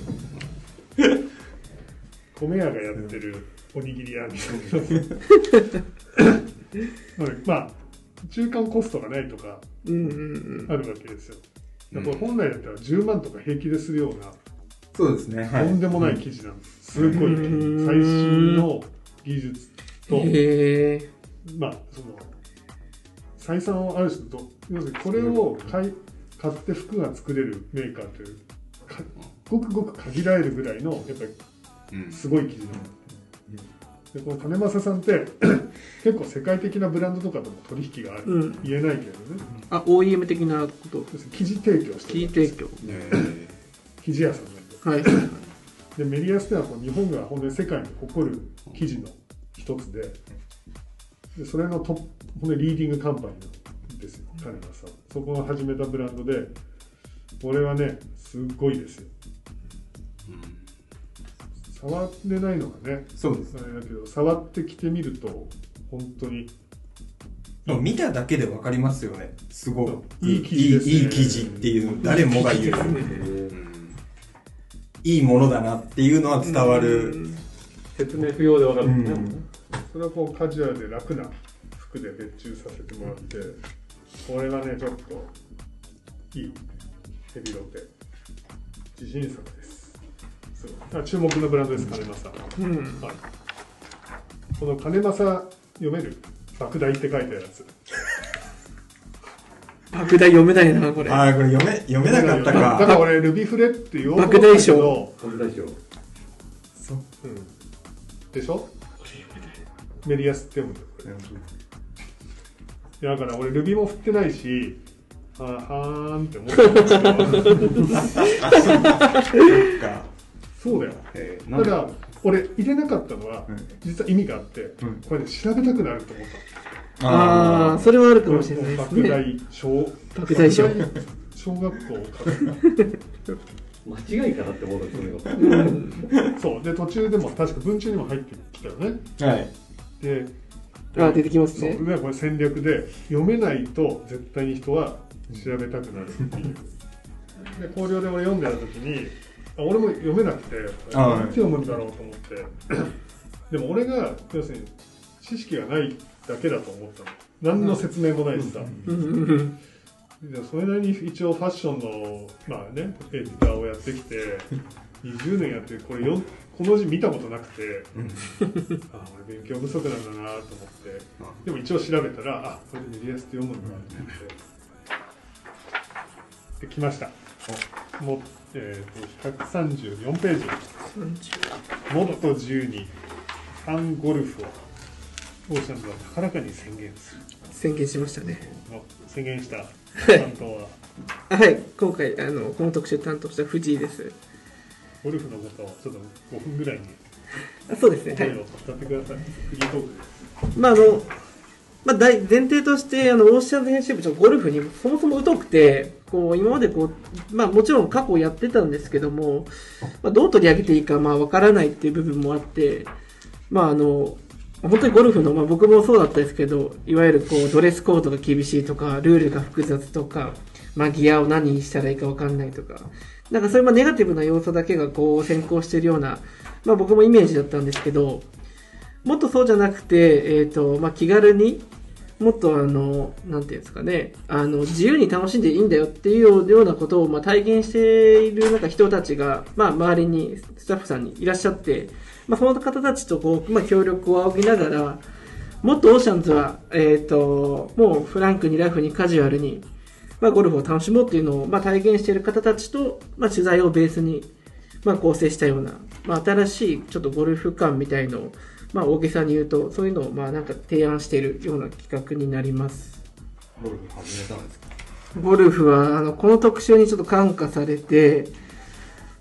米屋がやってるおにぎり屋みたいなまあ中間コストがないとか
うんうん
あるわけですよ。だから本来だったらじゅうまんとか平気でするような
そうですね、はい、
とんでもない生地なんです。すごい生地、
うん
最新の技術と、
へえ
まあその採算をある種と要するにこれを買い買って服が作れるメーカーというかごくごく限られるぐらいのやっぱりすごい生地なんです。でこの金正さんって結構世界的なブランドとかとも取引がある、
うん
言えないけれどね、
あ オーイーエム 的なこと
要するに生地提供して
生
る
地提供
え
生地屋さんなんで
はい
でメリアスではこう日本が本当に世界に誇る生地の一つで、でそれのトップ本当にリーディングカンパニーなんですよ、金正さん。そこが始めたブランドで、これはねすっごいですよ。触れないのがね、
そうです。
あれだけど触ってきてみると本当に
もう見ただけでわかりますよね。すごく
いい生地ですね。
いい、いい生地っていうの誰もが言う、いいものだなっていうのは伝わる。
説明不要で分かる、
うん
ね、
それはこうカジュアルで楽な服で別注させてもらって、これはねちょっといいヘビロテ自信作です。そう注目のブランドです、金正、
うん
はい、この金正読める莫大って書いてあるやつ、
莫大読めないなこれ
ああ、これ読め、読めなかった
だ
か。
から俺ルビフレって言おうと思
莫
ったけ
大賞
ど、
これ大丈夫。
そう。
うん、でしょメリアスって読むんだよこれ。いやだから俺ルビも振ってないし、ははーんって思ってるんですけど
か。
そうだよ。
えー、
ただ俺入れなかったのは、
うん
実は意味があって、
うん
これで調べたくなると思っ
ああそれはあるかもしれない
た。
ですね
莫大小
莫大賞
小学校か
間違いかなって思うんですよ。
そうで途中でも確か文中にも入ってきたよね。
はい。
で
あ出てきます
そう
ね
でこれ戦略で読めないと絶対に人は調べたくなるっていうで考慮で俺読んでた時にあ俺も読めなくて
あ
何て読むんだろうと思ってでも俺が要するに知識がないだけだと思ったの。何の説明もないしさ、
うんうんうん
でそれなりに一応ファッションのまあねエディターをやってきてにじゅうねんやってこれよこの字見たことなくてあ俺勉強不足なんだなと思ってでも一応調べたらあこれでメリアスって読むんだと思ってで来ましたもう、えー、とひゃくさんじゅうよんページもっと自由にファンゴルフをオーシャンズは高らかに宣言する
宣言しましたね
の宣言した担当は
あはい今回あのこの特集担当した藤井です
ゴルフのことをちょっとごふんぐらいに
あそうですねはい
声を語ってください。フリートークです。
まああのまあ、大前提としてあのオーシャンズ編集部長ゴルフにそもそも疎くてこう今までこう、まあ、もちろん過去やってたんですけども、まあ、どう取り上げていいかまあわからないっていう部分もあって、まあ、あの本当にゴルフの、まあ、僕もそうだったですけどいわゆるこうドレスコードが厳しいとかルールが複雑とか、まあ、ギアを何にしたらいいかわかんないとかなんかそういうまあネガティブな要素だけがこう先行しているような、まあ、僕もイメージだったんですけどもっとそうじゃなくて、えーとまあ、気軽にもっとあのなんていうんですかねあの自由に楽しんでいいんだよっていうようなことをまあ体現しているなんか人たちが、まあ、周りにスタッフさんにいらっしゃって、まあ、その方たちとこう、まあ、協力を仰ぎながらもっとオーシャンズは、えーともうフランクにラフにカジュアルに、まあ、ゴルフを楽しもうっていうのを、まあ、体現している方たちと、まあ、取材をベースに、まあ、構成したような、まあ、新しいちょっとゴルフ感みたいのをまあ大げさに言うとそういうのをまあなんか提案しているような企画になります。
ゴルフ始めたんですか？
ゴルフはあのこの特集にちょっと感化されて、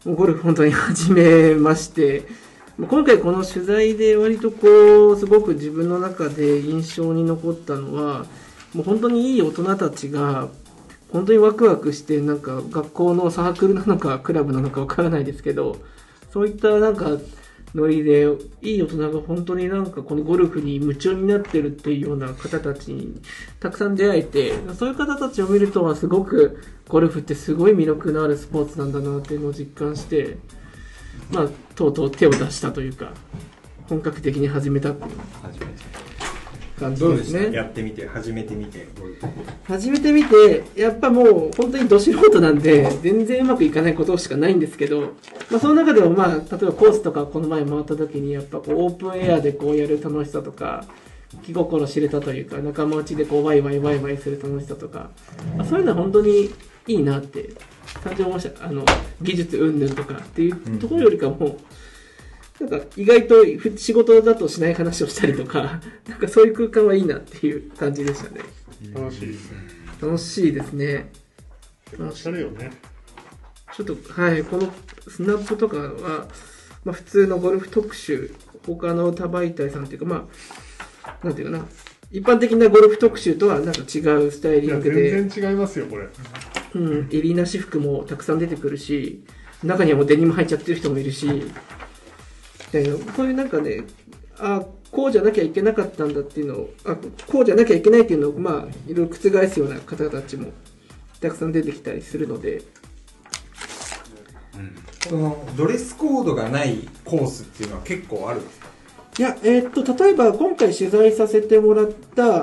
ゴルフ本当に始めまして、今回この取材で割とこうすごく自分の中で印象に残ったのは、もう本当にいい大人たちが本当にワクワクして、なんか学校のサークルなのかクラブなのかわからないですけど、そういったなんかノリでいい大人が本当になんかこのゴルフに夢中になってるっていうような方たちにたくさん出会えて、そういう方たちを見るとすごくゴルフってすごい魅力のあるスポーツなんだなっていうのを実感して、まあとうとう手を出したというか本格的に始めたっていう
初めて
感じ
どう
でね。
ですしたやってみて初めて見て
始めてみてやっぱもう本当にど素人なんで全然うまくいかないことしかないんですけど、まあ、その中でもまあ例えばコースとかこの前回った時にやっぱこうオープンエアでこうやる楽しさとか気心知れたというか仲間内でこうワイワイワイワイする楽しさとか、まあ、そういうのは本当にいいなって単純に思いました。あの技術云々とかっていうところよりかも、なんか意外と仕事だとしない話をしたりとか、なんかそういう空間はいいなっていう感じでしたね。
楽しいですね。
楽しいですね。
おしゃれよね。
ちょっとはいこのスナップとかは、まあ、普通のゴルフ特集、他の他媒体さんっていうか、まあなんていうかな、一般的なゴルフ特集とはなんか違うスタイリ
いや
ングで、
全然違いますよこれ。
うん、襟なし服もたくさん出てくるし、中にはもうデニム入っちゃってる人もいるし、でこういうなんかね、あこうじゃなきゃいけなかったんだっていうのを、あこうじゃなきゃいけないっていうのを、まあ、いろいろ覆すような方たちもたくさん出てきたりするので、
そのドレスコードがないコースっていうのは結構あるんですか？
いや、えーっと、例えば今回取材させてもらった、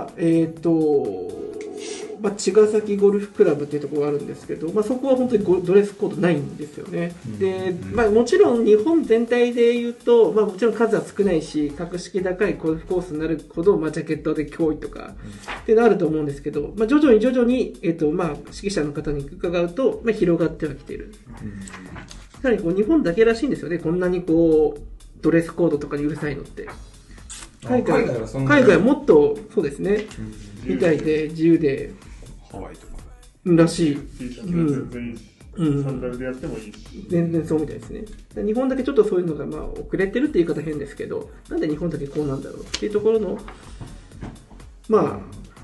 えーっと、まあ、茅ヶ崎ゴルフクラブっていうところがあるんですけど、まあ、そこは本当にゴドレスコードないんですよね。で、まあ、もちろん日本全体で言うと、まあ、もちろん数は少ないし、格式高いゴルフコースになるほど、まあ、ジャケットで脅威とか、っていうのあると思うんですけど、まあ、徐々に徐々に、えーっと、まあ、指揮者の方に伺うと、まあ、広がってはきている。さらにこう日本だけらしいんですよね、こんなにこう、ドレスコードとかにうるさいのって。海外
海外はそんな
海外はもっとそうですね、みたいで自由で
ハワイとか。
らしい。
T シャツが全然いいし、
うん
サンダルでやってもいいし、
全然そうみたいですね。日本だけちょっとそういうのがまあ遅れてるっていう言い方変ですけど、なんで日本だけこうなんだろうっていうところのま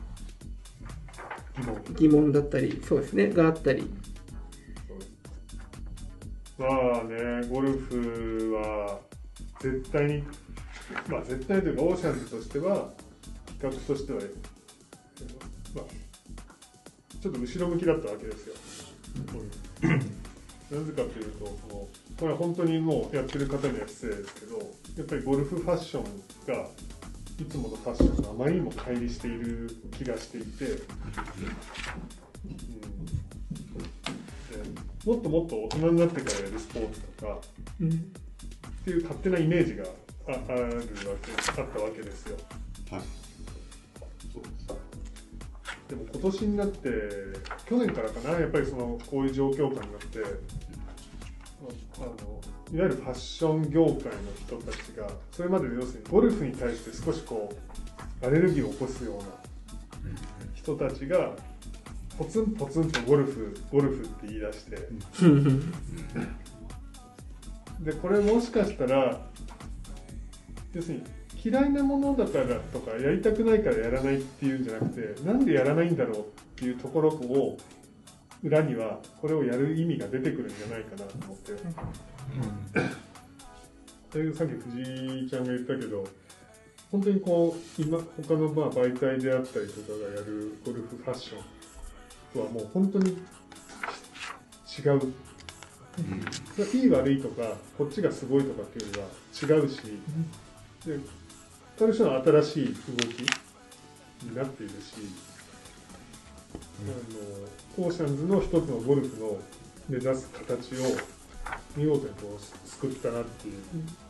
あ疑問だったり、そうですねがあったり。
まあね、ゴルフは絶対に、まあ絶対というかオーシャンズとしては企画としては、まあ、ちょっと後ろ向きだったわけですよ。なぜかというと、このこれは本当にもうやってる方には失礼ですけど、やっぱりゴルフファッションがいつものファッションがあまりにも乖離している気がしていて、うん、でもっともっと大人になってからやるスポーツとか、うん、っていう勝手なイメージが あ, あるわけあったわけですよ。
はい。そうです。
でも今年になって去年からかな、やっぱりそのこういう状況下になってあのいわゆるファッション業界の人たちがそれまで要するにゴルフに対して少しこうアレルギーを起こすような人たちがポツンポツンとゴルフゴルフって言い出してでこれもしかしたら要するに嫌いなものだからとかやりたくないからやらないっていうんじゃなくて、なんでやらないんだろうっていうところを裏にはこれをやる意味が出てくるんじゃないかなと思って、うん、さっき藤井ちゃんが言ったけど本当にこう今他のまあ媒体であったりとかがやるゴルフファッションとはもう本当に違う、うん、いい悪いとかこっちがすごいとかっていうよりは違うし、である種の新しい動きになっているし、うん、あのオーシャンズの一つのゴルフの目指す形を見事にこう作ったなっていう、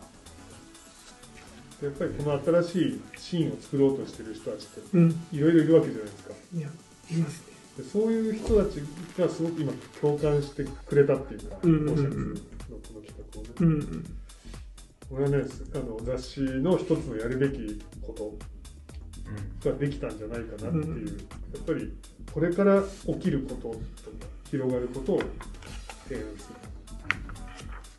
やっぱりこの新しいシーンを作ろうとしている人たちっていろいろいるわけじゃないですか。
いや、いますね。
でそういう人たちがすごく今共感してくれたっていうか、オーシャンズのこの企画をね。うんうん、これはね、あの雑誌の一つのやるべきことができたんじゃないかなっていう、うん、やっぱりこれから起きることとか広がることを提案する、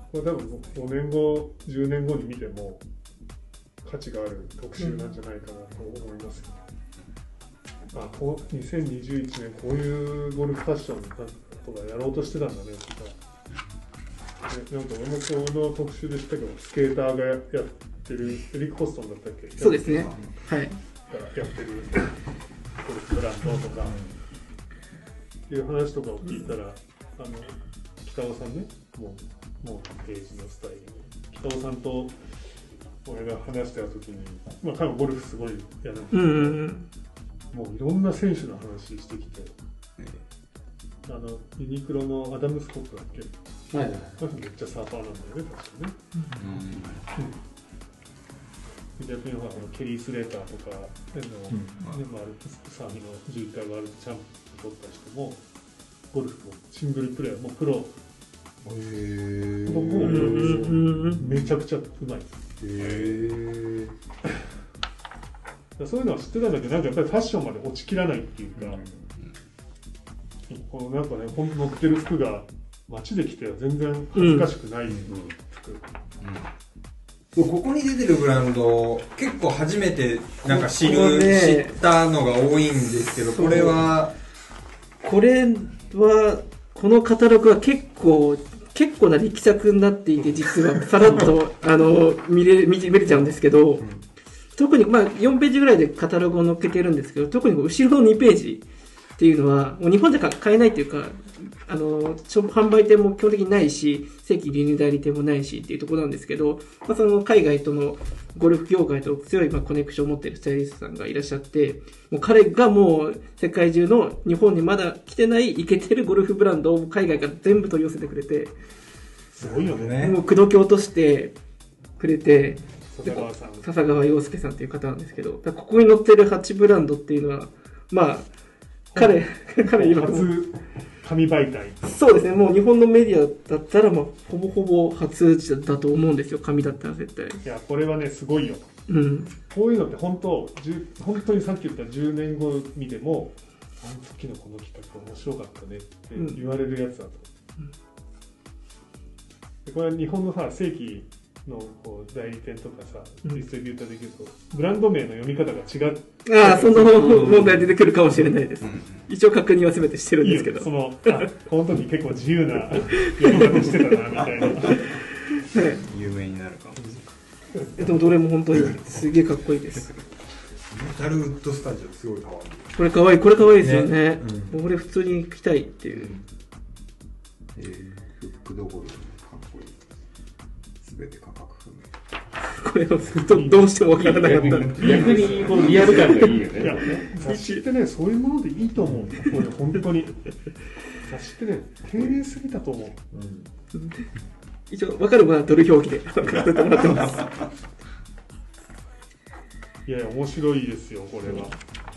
これ多分ごねんごじゅうねんごに見ても価値がある特集なんじゃないかなと思いますよ、うん、あこうにせんにじゅういちねんこういうゴルフファッションとかやろうとしてたんだねとか、ね、なんか俺もこの特集で知ったけどスケーターがやってるエリック・ホストンだったっけ。
そうですね、はい、
やってるゴルフブランドとかっていう話とかを聞いたら、あの北尾さんね、もうもうページのスタイル北尾さんと俺が話してた時に、まあ彼もゴルフすごいやるんですけど、うんうんうん、もういろんな選手の話してきて、あのユニクロのアダム・スコットだっけ、はいはい、めっちゃサーファーなんだよね確かね、うんうん逆にほらケリー・スレーターとかの、うんねまあ、サーフィンのじゅういっかいワールドチャンピオン取った人もゴルフもシングルプレーもうプロももうめちゃくちゃうまいです。へそういうのは知ってたんだけどなんかやっぱりファッションまで落ちきらないっていうか、うん、このなんかね本当乗ってる服が街で着ては全然恥ずかしくない服、うんうん
ここに出てるブランド結構初めてなんか知る、ね、知ったのが多いんですけどこれは
これはこのカタログは結構結構な力作になっていて実はさらっとあの見れ見れちゃうんですけど、うん、特にまあよんページぐらいでカタログを載っけてるんですけど特に後ろのにページっていうのはもう日本で買えないっていうかあの販売店も基本的にないし正規輸入代理店もないしっていうところなんですけど、まあ、その海外とのゴルフ業界と強いまあコネクションを持っているスタイリストさんがいらっしゃってもう彼がもう世界中の日本にまだ来てないイケてるゴルフブランドを海外から全部取り寄せてくれて
すごいよね
もう口説き落としてくれて
笹川さん
笹川陽介さんっていう方なんですけどここに載ってるはちブランドっていうのはまあ彼彼今
初紙媒体
そうですねもう日本のメディアだったら、まあ、ほぼほぼ初だと思うんですよ紙だったら絶対
いやこれはねすごいよ、うん、こういうのって本当本当にさっき言ったじゅうねんご見てもあの時のこの企画面白かったねって言われるやつだと、うん、でこれは日本のさ正規のこう代理店とかさディストリビューターできると、うん、ブランド名の読み方が違う
ああその問題出てくるかもしれないです、うん、一応確認は全てしてるんですけど
いいそのあこの時結構自由な読み方してたなみたいな、ね、
有名になるかもし
れないでもどれも本当にすげえかっこいいです
メタルウッドスタジオすごいかわいい
これかわいいこれかわいいですよね、ねうん、これ普通に着たいっていう、うん、
えー、フックどころかっこいい全て価格不明
これをずっとどうしても分からなかった逆
にこのリアル感がいいよね
いや雑誌ってねそういうものでいいと思うこれ本当に雑誌ってね丁寧すぎたと思う、うん、
一応分かるものはドル表記で分かってもらってます
いやいや面白いですよこれは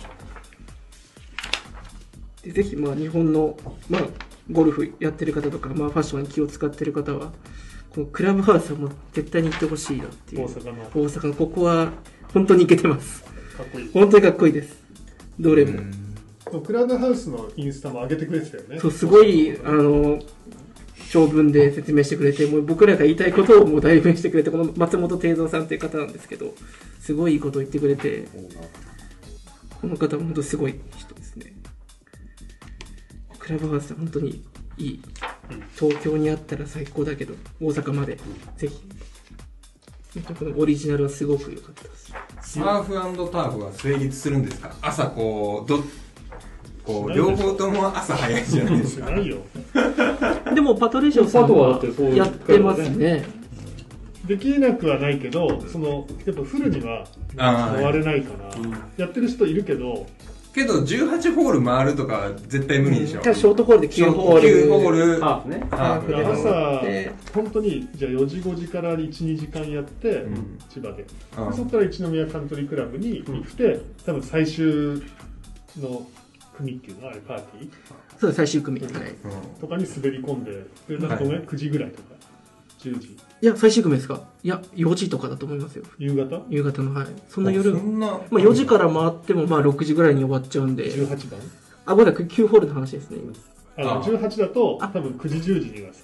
でぜひまあ日本の、まあ、ゴルフやってる方とか、まあ、ファッションに気を使ってる方はこのクラブハウスはもう絶対に行ってほしいなっていう
大阪の
大阪のここは本当に行けてます
かっこいい
本当にかっこいいですどれも
クラブハウスのインスタも上げてくれてたよね
そうすごいあの長文で説明してくれてもう僕らが言いたいことをもう代弁してくれてこの松本定三さんっていう方なんですけどすごいいいことを言ってくれてこの方も本当すごい人ですねクラブハウスは本当にいい東京にあったら最高だけど大阪までぜひこのオリジナルはすごく良かったです
サーフ&ターフは成立するんですか朝こうどこう両方とも朝早いじゃないですか
ないよ
でもパトレーションさんはやってますね
できなくはないけどそのやっぱフルには回れないから、うん、やってる人いるけど
けどじゅうはちホール回るとか絶対無理でしょ、うん、
じゃあショートホールできゅうホール
きゅうホール
ハーフね
ハーフで朝本当にじゃあよじごじからいちにじかんやって、うん、千葉で、でそこから一宮カントリークラブに行って、うん、多分最終の組っていうのはあれパーティー
そう最終組、はい、
とかに滑り込んででなんかごめん、はい、くじぐらいとかじゅうじ
いや最終組ですかいやよじとかだと思いますよ
夕方
夕方のはいそんな夜そんな、まあ、よじから回ってもまあろくじぐらいに終わっちゃうんで
じゅうはちばん
あごめんなさいきゅうホールの話ですね
今あのじゅうはちだと多分くじじゅうじにはさ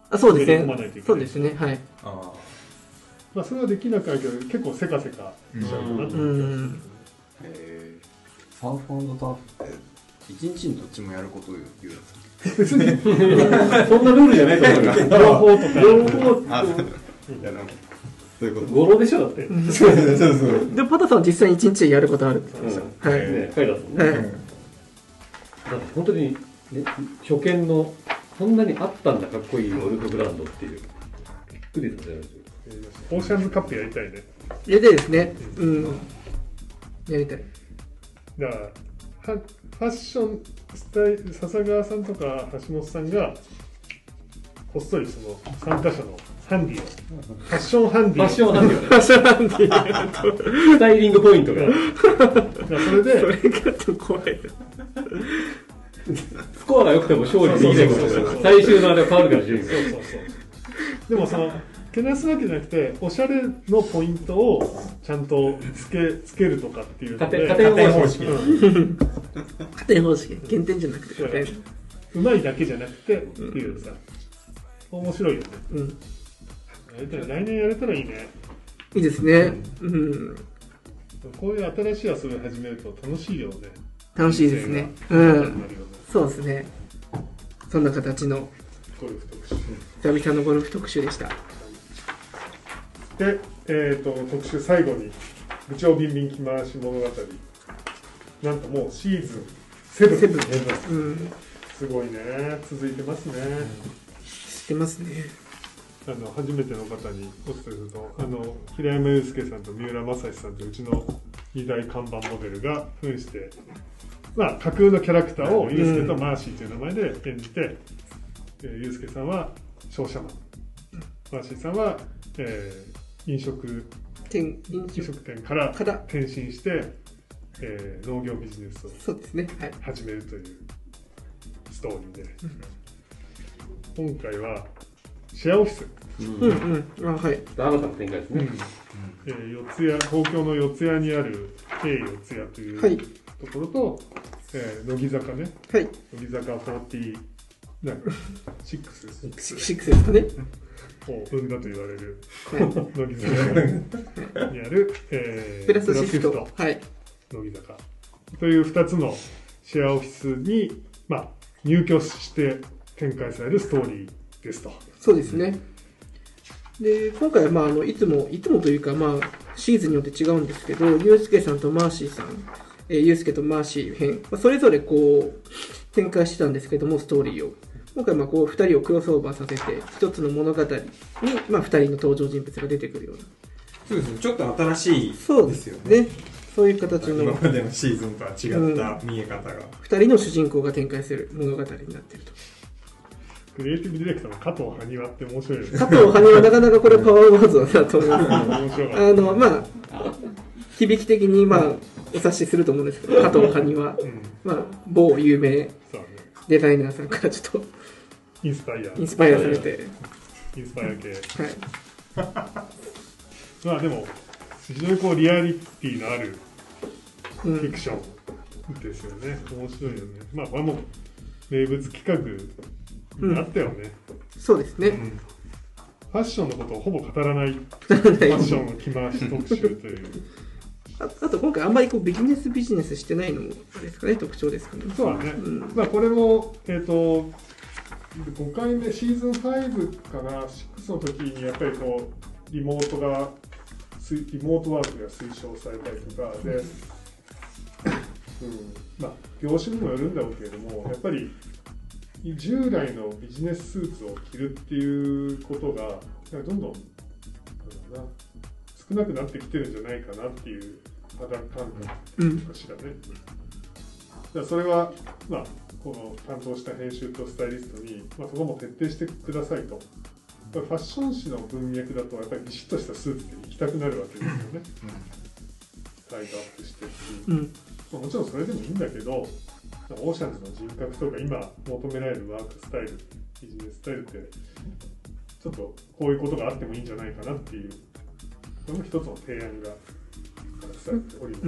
あ、そうです
滑り込まないといけない
ね。そうですね。はい。
あ
まあそれはできなくないけど結構せかせかしちゃうかなと思ってます、
うん
えー、サーフ&ターフって一日にどっちもやることを言うんですか？
別に
そんなルールじゃないと思うから。
両方とか
両方
あ、
と
みたいな。そういうこと。
語呂でしょだって。うん。
そうそう。
で、パタさんは実際に一日でやることあるって言ってました。はい。
ね、書いてあったもんね。
はい。
だって本当に、ね、初見のそんなにあったんだかっこいいゴルフブランドっていうびっくりさせられる。
オーシャンズカップやりたいね。
やりたいですね。うん。やりたい。
だからファッションスタイル、笹川さんとか橋本さんがこっそりその参加者のハンディをファッションハンディを
ファッションハンディをね。
ファッションハンディ
スタイリングポイントが。
だからそれで
それがちょっと怖い。
スコアが良くても勝利できないこと
そうそうそうそう
最終のあれは変わるから順位が。
そうそうそう。でもそのけなすわけじゃなくておしゃれのポイントをちゃんとつけつけるとかっていうの
加
で
点加点方式。
うん
加点方式。減点じゃなくて加点。
うまいだけじゃなくてっていうさ、面白いよね。
うん。
やれたら来年やれたらいいね。
いいですね。うん。
こういう新しい遊び始めると楽しいよね。
楽しいですね。う
人生が
ん。
なるよね
そうですね。そんな形の
ゴルフ特集。
久々のゴルフ特集でした。
で、えー、と特集最後に部長ビンビン着回し物語。なんともうシーズンセブン。
セブンうん。
すごいね。続いてますね。
知ってますね。
あの初めての方にお伝えすると、あの平山祐介さんと三浦正史さんとうちのに大看板モデルが扮して、まあ、架空のキャラクターを祐介とマーシーという名前で演じて、えー、祐介さんは商社マン、マーシーさんは、えー、飲食
店飲
飲
食
食店から
から
転身して、えー農業ビジネスを
そうですね。はい。
始めるというストーリーで、今回はシェアオフィス、
うんうん。あ、はい。
新たな展開ですね。
えー四谷東京の四谷にある A 四谷という、
はい。
ところと、えー乃木坂ね、
はい。
乃木坂よんじゅうなんかろく
シックスですかね。
を生んだと言われる
はい。
乃木坂にある、えー
プラスシフト。
プラス
はい。
乃木坂というふたつのシェアオフィスに、まあ、入居して展開されるストーリーですと。
そうですね。で、今回は、まあ、あの、いつも、いつもというか、まあ、シーズンによって違うんですけど、ユうスケさんとマーシーさん、えー、ユうスケとマーシー編、まあ、それぞれこう、展開してたんですけども、ストーリーを。今回、まあ、こう、二人をクロスオーバーさせて、一つの物語に、まあ、二人の登場人物が出てくるような。
そうですね。ちょっと新しい
そうですす
でよね。
よね。そういう形
今
の
までのシーズンとは違った見え方が。
二人の主人公が展開する物語になっていると。
クリエイティブディレクターの加藤埴輪って面白いよね。
加藤埴輪はなかなかこれパワーワードだなと思います。
面白かった。
あの、まあ、響き的に、まあ、お察しすると思うんですけど、加藤埴輪、
うん、
まあ、某有名
そうね。
デザイナーさんからちょっと
インスパイア。
インスパイアされて、
インスパイア系。
はい。
まあでも、非常にこうリアリティのある
うん、
フィクションですよね。面白いよね。まあこれも名物企画になったよね。
そうですね。
うんファッションのことをほぼ語らないファッションの着回し特集という。
ああと今回あんまりこうビジネスビジネスしてないのもあれですかね、特徴ですかね。
そうだね。
うん
まあこれも、えっ、と、ごかいめ、シーズンファイブかな、ろくの時にやっぱりこう、リモートが、すリモートワークが推奨されたりとかで、うん、まあ業種にもよるんだろうけれども、やっぱり従来のビジネススーツを着るっていうことが、どんどんなんだろうな少なくなってきてるんじゃないかなっていう肌感覚かしらね。だからそれは、まあ、この担当した編集とスタイリストに、まあ、そこも徹底してくださいと。ファッション誌の文脈だと、やっぱりビシッとしたスーツって行きたくなるわけですよね。タイトアップしてっていう。
うん。
まあ、もちろんそれでもいいんだけど、オーシャンズの人格とか今求められるワークスタイル、ビジネススタイルって、ちょっとこういうことがあってもいいんじゃないかなっていう、これも一つの提案がされております。
うん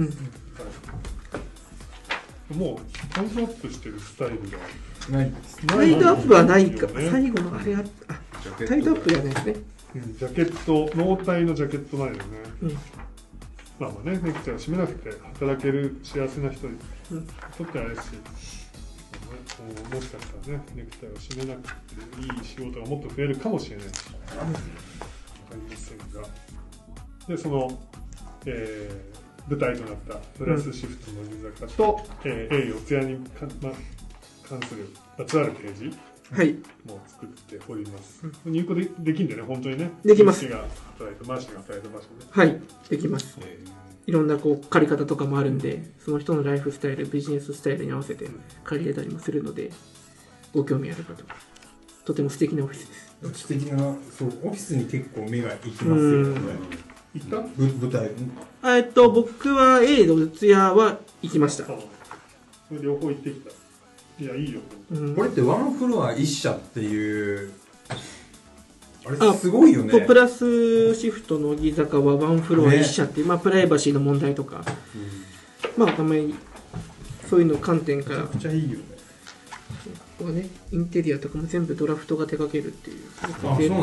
はい、もう、タイトアップしてるスタイルが
ないですね。
サイドアップはないか。
ね
最後のあれあった。あタイトアップじゃないですね。
うん、ジャケット、ノータイのジャケットなんよね。
うん。
まあまあね、ネクタイを締めなくて働ける幸せな人にとってはあれですし、ももしかしたらね、ネクタイを締めなくていい仕事がもっと増えるかもしれないし、わかりませんが。で、その、えー、舞台となったプラスシフトの乃木坂と、うん、えー、A 四谷にか、ま、関するまつわるページ
はい
もう作っております。うん、入稿でできんでね、本当にね。
できます。
マーシが働いた、マーシが働いた場所で。
はい、できます。えー、いろんなこう借り方とかもあるんで、その人のライフスタイル、ビジネススタイルに合わせて借りれたりもするので、ご興味ある方は。とても素敵なオフィスです。
素敵な、そう、オフィスに結構目が行きますよね。
行った
舞台。
えっと、僕は A の四谷は行きました。
両方行ってきた。いや、いいよ。
うん、これってワンフロア一社っていう、あれすごいよね。
プラスシフト乃木坂はワンフロア一社っていう、ね、まあ、プライバシーの問題とか、うん、まあ、たまにそういうの観点から。
めちゃくちゃいいよね。
ここはね、インテリアとかも全部ドラフトが手掛けるっていう、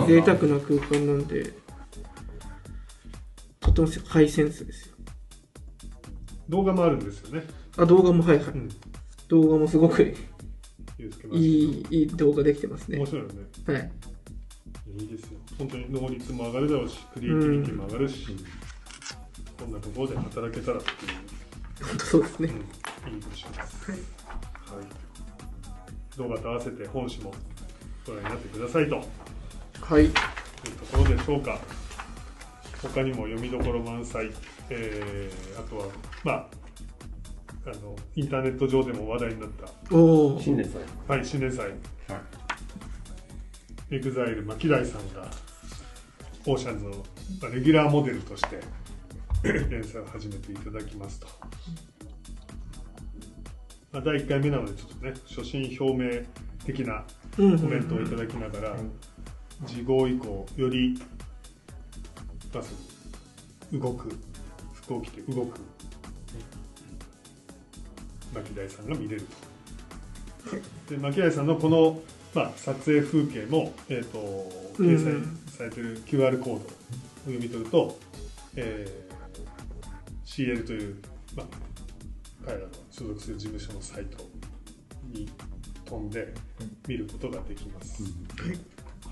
贅沢な空間なんで、とてもハイセンスですよ。
動画もあるんですよね。
あ、動画も、はいはい。うん、動画もすごくいい、いい動画できてますね。
面白いよね。
はい。
いいですよ。本当に能率も上がるだろうし、クリエイティビティも上がるし、うん、こんなところで働けたらっていう。
本当そうですね。
うん、いいとします。はい。はい。動画と合わせて本誌もご覧になってくださいと。
はい。
というところでしょうか。他にも読みどころ満載。えー、あとは、まあ、あのインターネット上でも話題になった
新年祭、
はい、新年祭、はい、エグザイル牧大さんがオーシャンズのレギュラーモデルとして連載を始めていただきますと、まあ、だいいっかいめなのでちょっとね初心表明的なコメントをいただきながら、次号以降よりまず動く服を着て動く牧大さんが見れると。で牧大さんのこの、まあ、撮影風景も、えー、と掲載されている キューアール コードを読み取ると、えー、シーエル という、まあ、彼らの所属する事務所のサイトに飛んで見ることができます。うんはい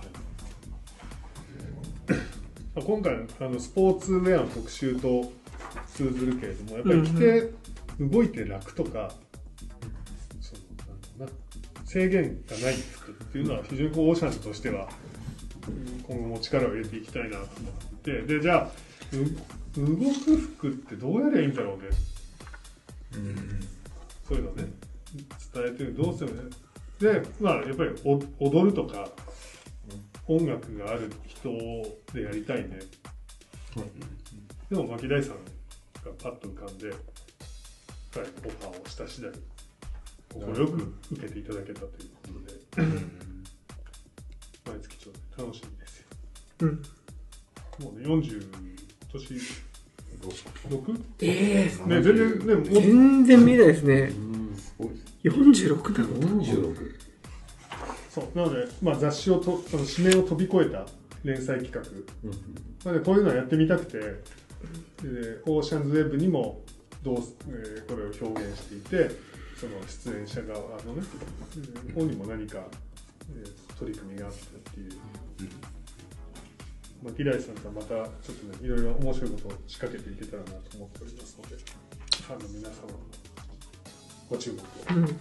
はい、今回あのスポーツウェアの特集と通ずるけれどもやっぱり着て、うん、動いて楽とか、そのなんだろうな制限がない服っていうのは非常にこうオーシャンズとしては今後も力を入れていきたいなと思ってでじゃあ動く服ってどうやりゃいいんだろうね、うん、そういうのね伝えてるどうするねでまあやっぱり踊るとか音楽がある人でやりたいね、うん、でも牧大さんがパッと浮かんで、はい、オファーをした次第快く受けていただけたということで、うん、毎月ちょっと楽しみですよ、うん、もうねよんじゅう年ろく? えー、ね全然ねも
全然見ないですね、うん、すごいですよんじゅうろくなの
よんじゅうろく
そうなので、まあ、雑誌をとあの紙面を飛び越えた連載企画、うんなのでこういうのをやってみたくてでオーシャンズウェブにもどう、えー、これを表現していてその出演者側のね方にも何か、えー、取り組みがあったっていう、うん、牧大さんとはまたちょっとねいろいろ面白いことを仕掛けていけたらなと思っておりますのでファンの皆様ご注目を、うん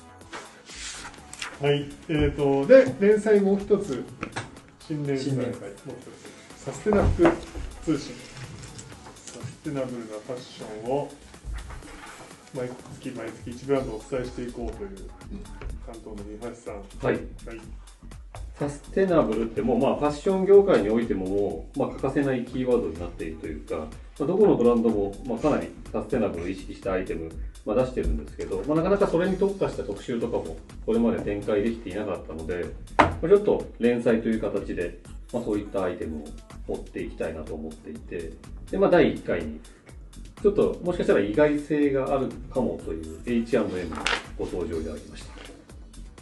はいえー、とで連載もう一つ新連載もう一つサステナ服通信サステナブルなファッションを毎月毎月いちブランドお伝えしていこうという担当の三橋さん、
はいはい、サステナブルってもうまあファッション業界においてももう、まあ、欠かせないキーワードになっているというか、まあ、どこのブランドも、まあ、かなりサステナブルを意識したアイテム、まあ、出してるんですけど、まあ、なかなかそれに特化した特集とかもこれまで展開できていなかったので、まあ、ちょっと連載という形で、まあ、そういったアイテムを持っていきたいなと思っていてで、まあ、だいいっかいにちょっともしかしたら意外性があるかもという エイチアンドエム のご登場いただきました。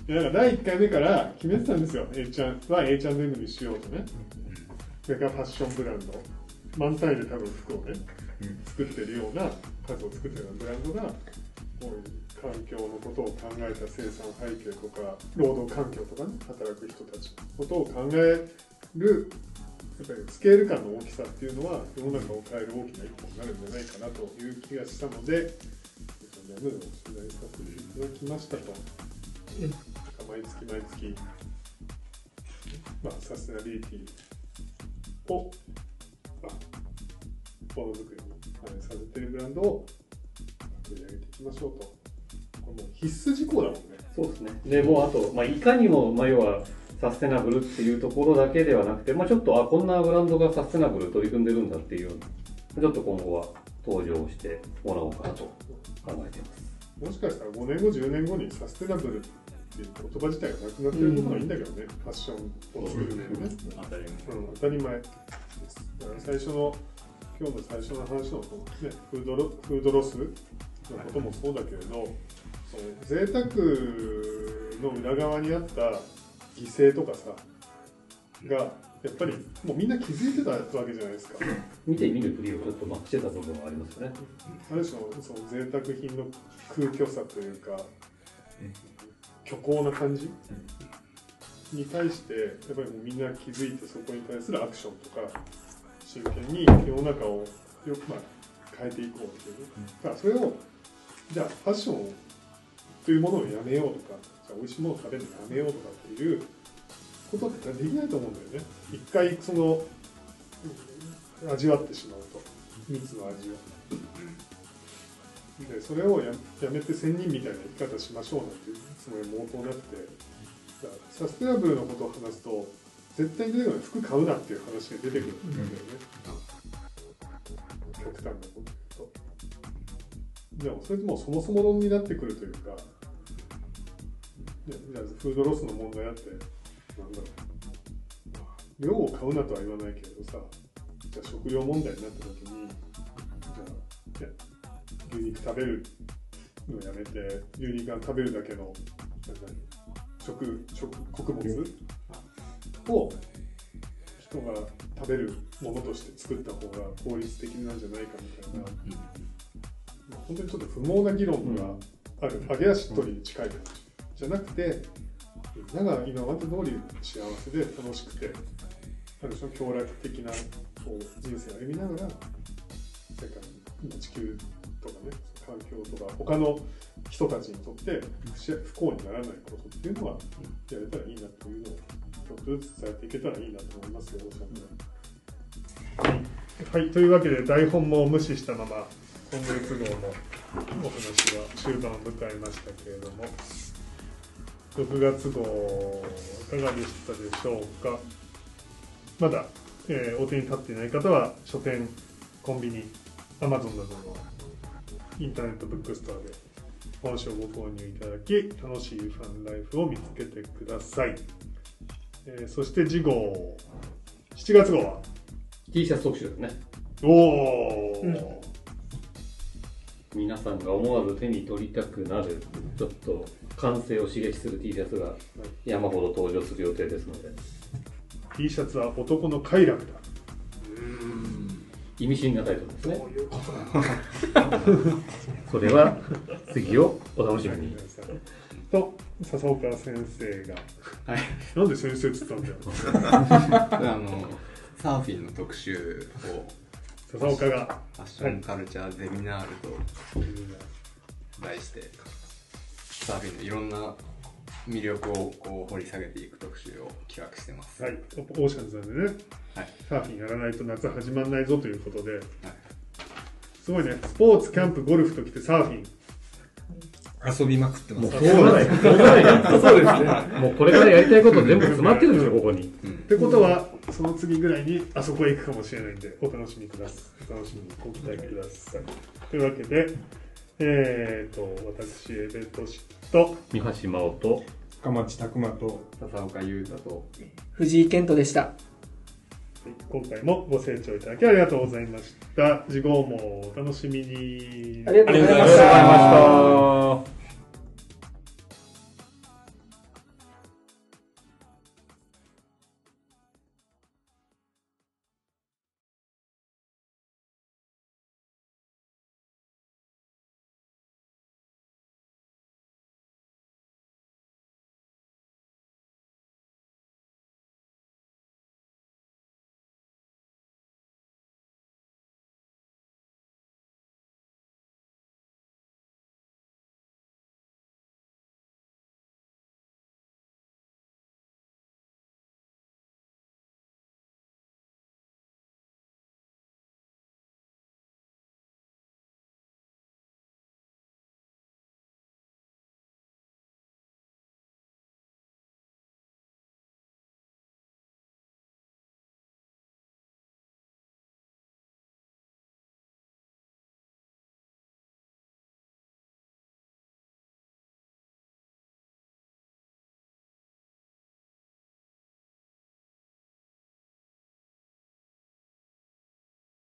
いやだからだいいっかいめから決めてたんですよ。A ちゃんは エイチアンドエム にしようとね。それからファッションブランド。満単位で多分服をね、作ってるような、数を作ってるようなブランドが、こういう環境のことを考えた生産背景とか、労働環境とかね、働く人たちのことを考える、やっぱりスケール感の大きさっていうのは、世の中を変える大きな一歩になるんじゃないかなという気がしたので、ジャムを取材させていただきましたと。毎月毎月、まあ、サステナビリティを、まあ、ものづくりに反映させているブランドを取り上げていきましょうと。これもう必須事項だもんね。
そうですね。で、もうあと、まあ、いかにも、まあ、要は、サステナブルっていうところだけではなくて、まあ、ちょっと、あ、こんなブランドがサステナブル取り組んでるんだっていうような、ちょっと今後は登場してもらおうかなと考えています。も
しかしたらごねんご、じゅうねんごにサステナブルっていう言葉自体がなくなってることがいいんだけどね、うん、ファッションを作る上でね、当たり前、うん、当たり前です。だから最初の今日の最初の話のこの、ね、フードロフードロスのこともそうだけれど、その贅沢の裏側にあった犠牲とかさがやっぱりもうみんな気づいてたわけじゃないですか。
見て見ぬふりをちょっとましてた部分はありますよね。
ある種のその贅沢品の空虚さというか虚構な感じに対してやっぱりもうみんな気づいてそこに対するアクションとか真剣に世の中をよくまあ変えていこうっていうね。だからそれをじゃあファッションというものをやめようとか、じゃあ美味しいものを食べるのやめようとかっていうことってできないと思うんだよね。一回その味わってしまうと蜜の味を。でそれを や, やめて仙人みたいな生き方しましょうなんていうつもりは毛頭なくて、サステナブルのことを話すと絶対に出てくるのは服買うなっていう話が出てくるんだよね、うん、極端なこと言うと。でもそれってもうそもそも論になってくるというか、じゃあフードロスの問題あってなんだろう、量を買うなとは言わないけれどさ、じゃあ食料問題になった時にじゃあ、ね、牛肉食べるのをやめて牛肉が食べるだけの食食穀物を人が食べるものとして作った方が効率的なんじゃないかみたいな、うん、本当にちょっと不毛な議論がある、揚げ足取りに近い感じじゃなくて、みんなが今まで通り幸せで楽しくてある種の享楽的なこう人生を歩みながら世界の地球とかね、環境とか他の人たちにとって不幸にならないことっていうのはやれたらいいなというのをちょっとずつ伝えていけたらいいなと思いますよ。はい、というわけで台本も無視したまま今月号のお話は終盤を迎えましたけれども、ろくがつ号いかがでしたでしょうか。まだ、えー、お手に立っていない方は書店、コンビニ、アマゾンなどのインターネットブックストアで本書をご購入いただき、楽しいファンライフを見つけてください。えー、そして次号、しちがつ号は
T シャツ特集ですね。
おお、うん、
皆さんが思わず手に取りたくなるちょっと感性を刺激する T シャツが山ほど登場する予定ですので。
T シャツは男の快楽だ。
うーん、意味深なタイトルですね。
そういうことなんだ
それは次をお楽しみに。
と笹岡先生が、
はい、
なんで先生って言ったんだよ
あのサーフィンの特集を
笹岡が
ファッションカルチャーゼミナールと題して、はい、サーフィンのいろんな魅力をこう掘り下げていく特集を企画してます。
はい、オーシャンズなんでね、はい、サーフィンやらないと夏始まらないぞということで、はい、すごいね、スポーツ、キャンプ、ゴルフときてサーフィン
遊びまくってます。
もうそうないそうですね。もうこれからやりたいこと全部詰まってるんですよ、ここに。
うん、ってことは、その次ぐらいにあそこへ行くかもしれないんで、お楽しみください。お楽しみにご期待ください。というわけで、えーと、私、エベトシと、
三橋真央と、
深町拓磨と、
笹岡優太と、
藤井健人でした。
今回もご清聴いただきありがとうございました。次号もお楽しみに。
ありがとうございました。